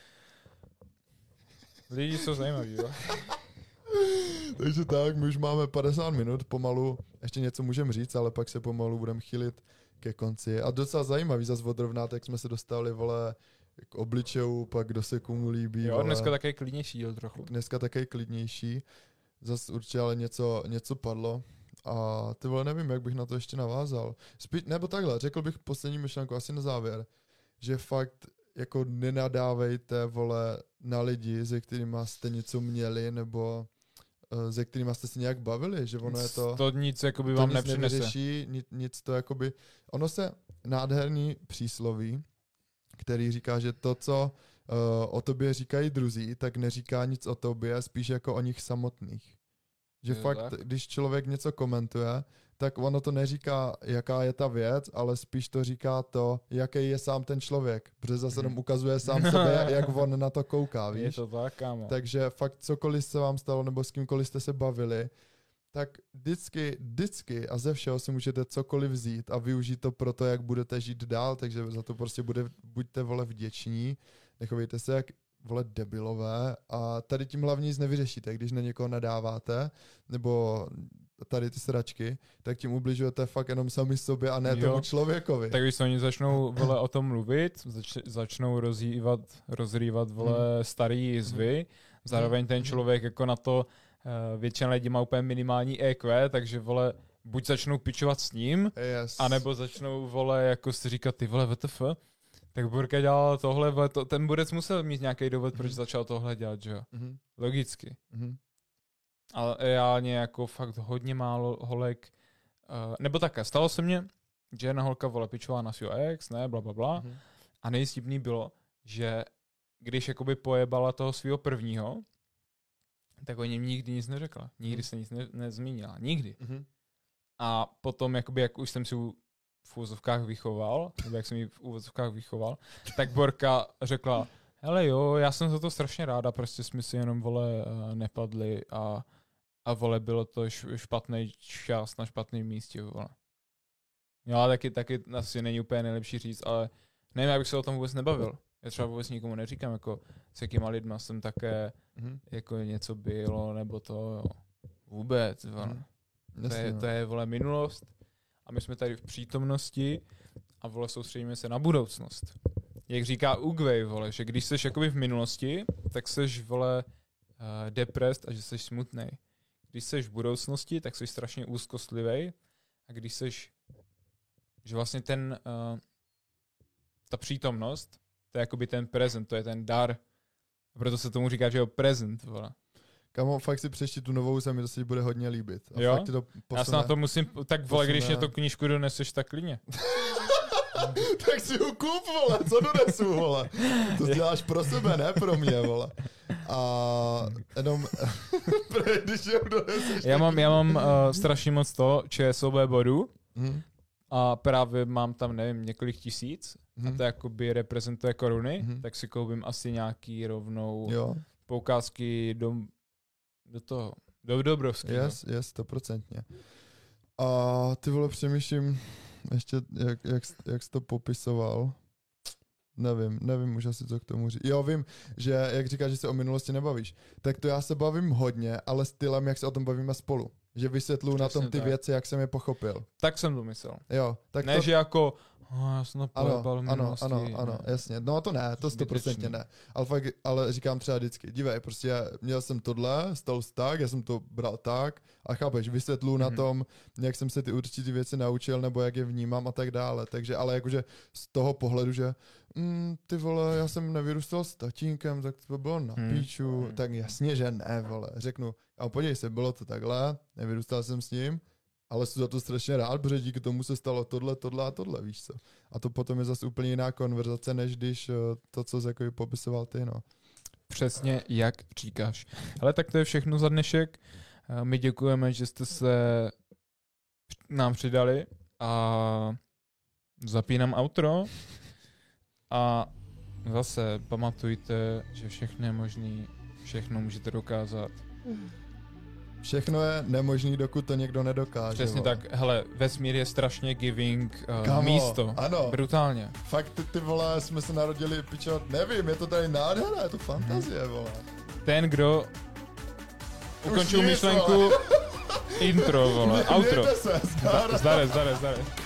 Lidi jsou zajímaví, jo? Takže tak, my už máme padesát minut, pomalu, ještě něco můžeme říct, ale pak se pomalu budeme chylit ke konci. A docela zajímavý, zase od rovnátek jsme se dostali, vole, k obličeju, pak kdo se komu líbí. Jo, vole. Dneska také klidnější díl trochu. Dneska také klidnější. Zase určitě ale něco, něco padlo. A ty vole, nevím, jak bych na to ještě navázal. Spíš, nebo takhle, řekl bych poslední myšlenku, asi na závěr, že fakt jako nenadávejte, vole, na lidi, se kterými jste něco měli, nebo uh, se kterými jste se nějak bavili, že ono je to... To nic jakoby to vám nic nepřinese. Nevyřeší, nic, nic to jakoby... Ono se nádherný přísloví, který říká, že to, co uh, o tobě říkají druzí, tak neříká nic o tobě, spíš jako o nich samotných. Že je fakt, tak? Když člověk něco komentuje, tak ono to neříká, jaká je ta věc, ale spíš to říká to, jaký je sám ten člověk. Protože zase jenom ukazuje sám sebe, jak on na to kouká, víš? Je to tak, kámo. Takže fakt cokoliv se vám stalo, nebo s kýmkoliv jste se bavili, tak vždycky, vždycky a ze všeho si můžete cokoliv vzít a využít to pro to, jak budete žít dál, takže za to prostě bude, buďte, vole, vděční, nechovejte se jak, vole, debilové a tady tím hlavně nic nevyřešíte, když na někoho nadáváte, nebo tady ty sračky, tak tím ubližujete fakt jenom sami sobě a ne jo. tomu člověkovi. Tak když se oni začnou, vole, o tom mluvit, zač, začnou rozjívat, rozrývat, vole, hmm. starý jizvy, zároveň ten člověk jako na to, uh, většina lidí má úplně minimální E Q, takže, vole, buď začnou pičovat s ním, yes. anebo začnou, vole, jako si říkat, ty vole, W T F, tak Burka dělal tohle, vole, to, ten Burec musel mít nějaký důvod, proč začal tohle dělat, že jo? Mm-hmm. Logicky. Mm-hmm. Ale reálně jako fakt hodně málo holek, uh, nebo také, stalo se mně, že jedna holka, vole, pičovala na svýho ex, ne, bla, bla, bla, mm-hmm. a nejstipný bylo, že když jakoby pojebala toho svýho prvního, tak o něm nikdy nic neřekla. Nikdy mm-hmm. se nic ne, nezmínila. Nikdy. Mm-hmm. A potom, jakoby, jak už jsem si v úvozovkách vychoval, nebo jak jsem ji v úvozovkách vychoval, tak Borka řekla, hele jo, já jsem za to strašně ráda, prostě jsme si jenom, vole, nepadli a, a vole, bylo to špatný čas na špatném místě, vole. Jo, taky, taky asi není úplně nejlepší říct, ale nevím, jak bych se o tom vůbec nebavil. Já třeba vůbec nikomu neříkám, jako s jakýma lidma jsem také mm-hmm. jako něco bylo, nebo to, jo. Vůbec, vole. Mm. To, je, to je, vole, minulost a my jsme tady v přítomnosti a, vole, soustředíme se na budoucnost. Jak říká Ugway, vole, že když seš jakoby v minulosti, tak seš, vole, uh, depressed a že seš smutnej. Když seš v budoucnosti, tak seš strašně úzkostlivej a když seš, že vlastně ten, uh, ta přítomnost, to je jakoby ten present, to je ten dar. A proto se tomu říká, že je present, vole. Kamo, fakt si přečti tu novou zemi, to se ti bude hodně líbit. A jo? Fakt ti to posune, já se na to musím, tak, vole, posune. Když mě to knížku doneseš, tak klidně. Tak si ho kup, vole, co donesu, vole. To děláš pro sebe, ne pro mě, vole. A jenom, když ho doneseš... Já mám, já mám uh, strašně moc to, ČSOB bodů hmm. a právě mám tam, nevím, několik tisíc hmm. a to jakoby reprezentuje koruny, hmm. tak si koupím asi nějaký rovnou jo. poukázky do, do toho, do Dobrovského. Yes, yes, stoprocentně. A ty, vole, přemýšlím, ještě, jak, jak, jak jsi to popisoval, nevím, nevím už asi, co k tomu říct. Jo, vím, že jak říkáš, že se o minulosti nebavíš, tak to já se bavím hodně, ale stylem, jak se o tom bavíme spolu. Že vysvětluju na tom ty tak. věci, jak jsem je pochopil. Tak jsem to myslel. Jo, tak ne, to... že jako, Oh, já jsem to Ano, pojebal v ano, minulosti. ano, ano, ne. jasně. No to ne, to stoprocentně ne. Ale, fakt, ale říkám třeba vždycky, dívej, prostě já, měl jsem tohle, stalo se tak, já jsem to bral tak a chápeš, vysvětluji mm-hmm. na tom, jak jsem se ty určitý věci naučil, nebo jak je vnímám a tak dále. Takže, ale jakože z toho pohledu, že mm, ty vole, já jsem nevyrůstal s tatínkem, tak to bylo na hmm. píču, hmm. tak jasně, že ne, vole. Řeknu, a podívej se, bylo to takhle, nevyrůstal jsem s ním, ale jsem za to strašně rád, protože díky tomu se stalo tohle, tohle a tohle, víš co. A to potom je zase úplně jiná konverzace, než když to, co jsi jako popisoval ty, no. Přesně jak říkáš. Ale tak to je všechno za dnešek. My děkujeme, že jste se nám přidali a zapínám outro. A zase pamatujte, že všechno je možný, všechno můžete dokázat. Všechno je nemožný, dokud to někdo nedokáže. Přesně vole. tak. Hele, vesmír je strašně giving uh, Kamo, místo. ano. Brutálně. Fakt ty, ty vole, jsme se narodili, pičo, nevím, je to tady nádhera, je to fantazie, vole. Ten, kdo ukončil myšlenku, intro, vole, outro. Mějte se, zdar. Zdare, zdare, zdare.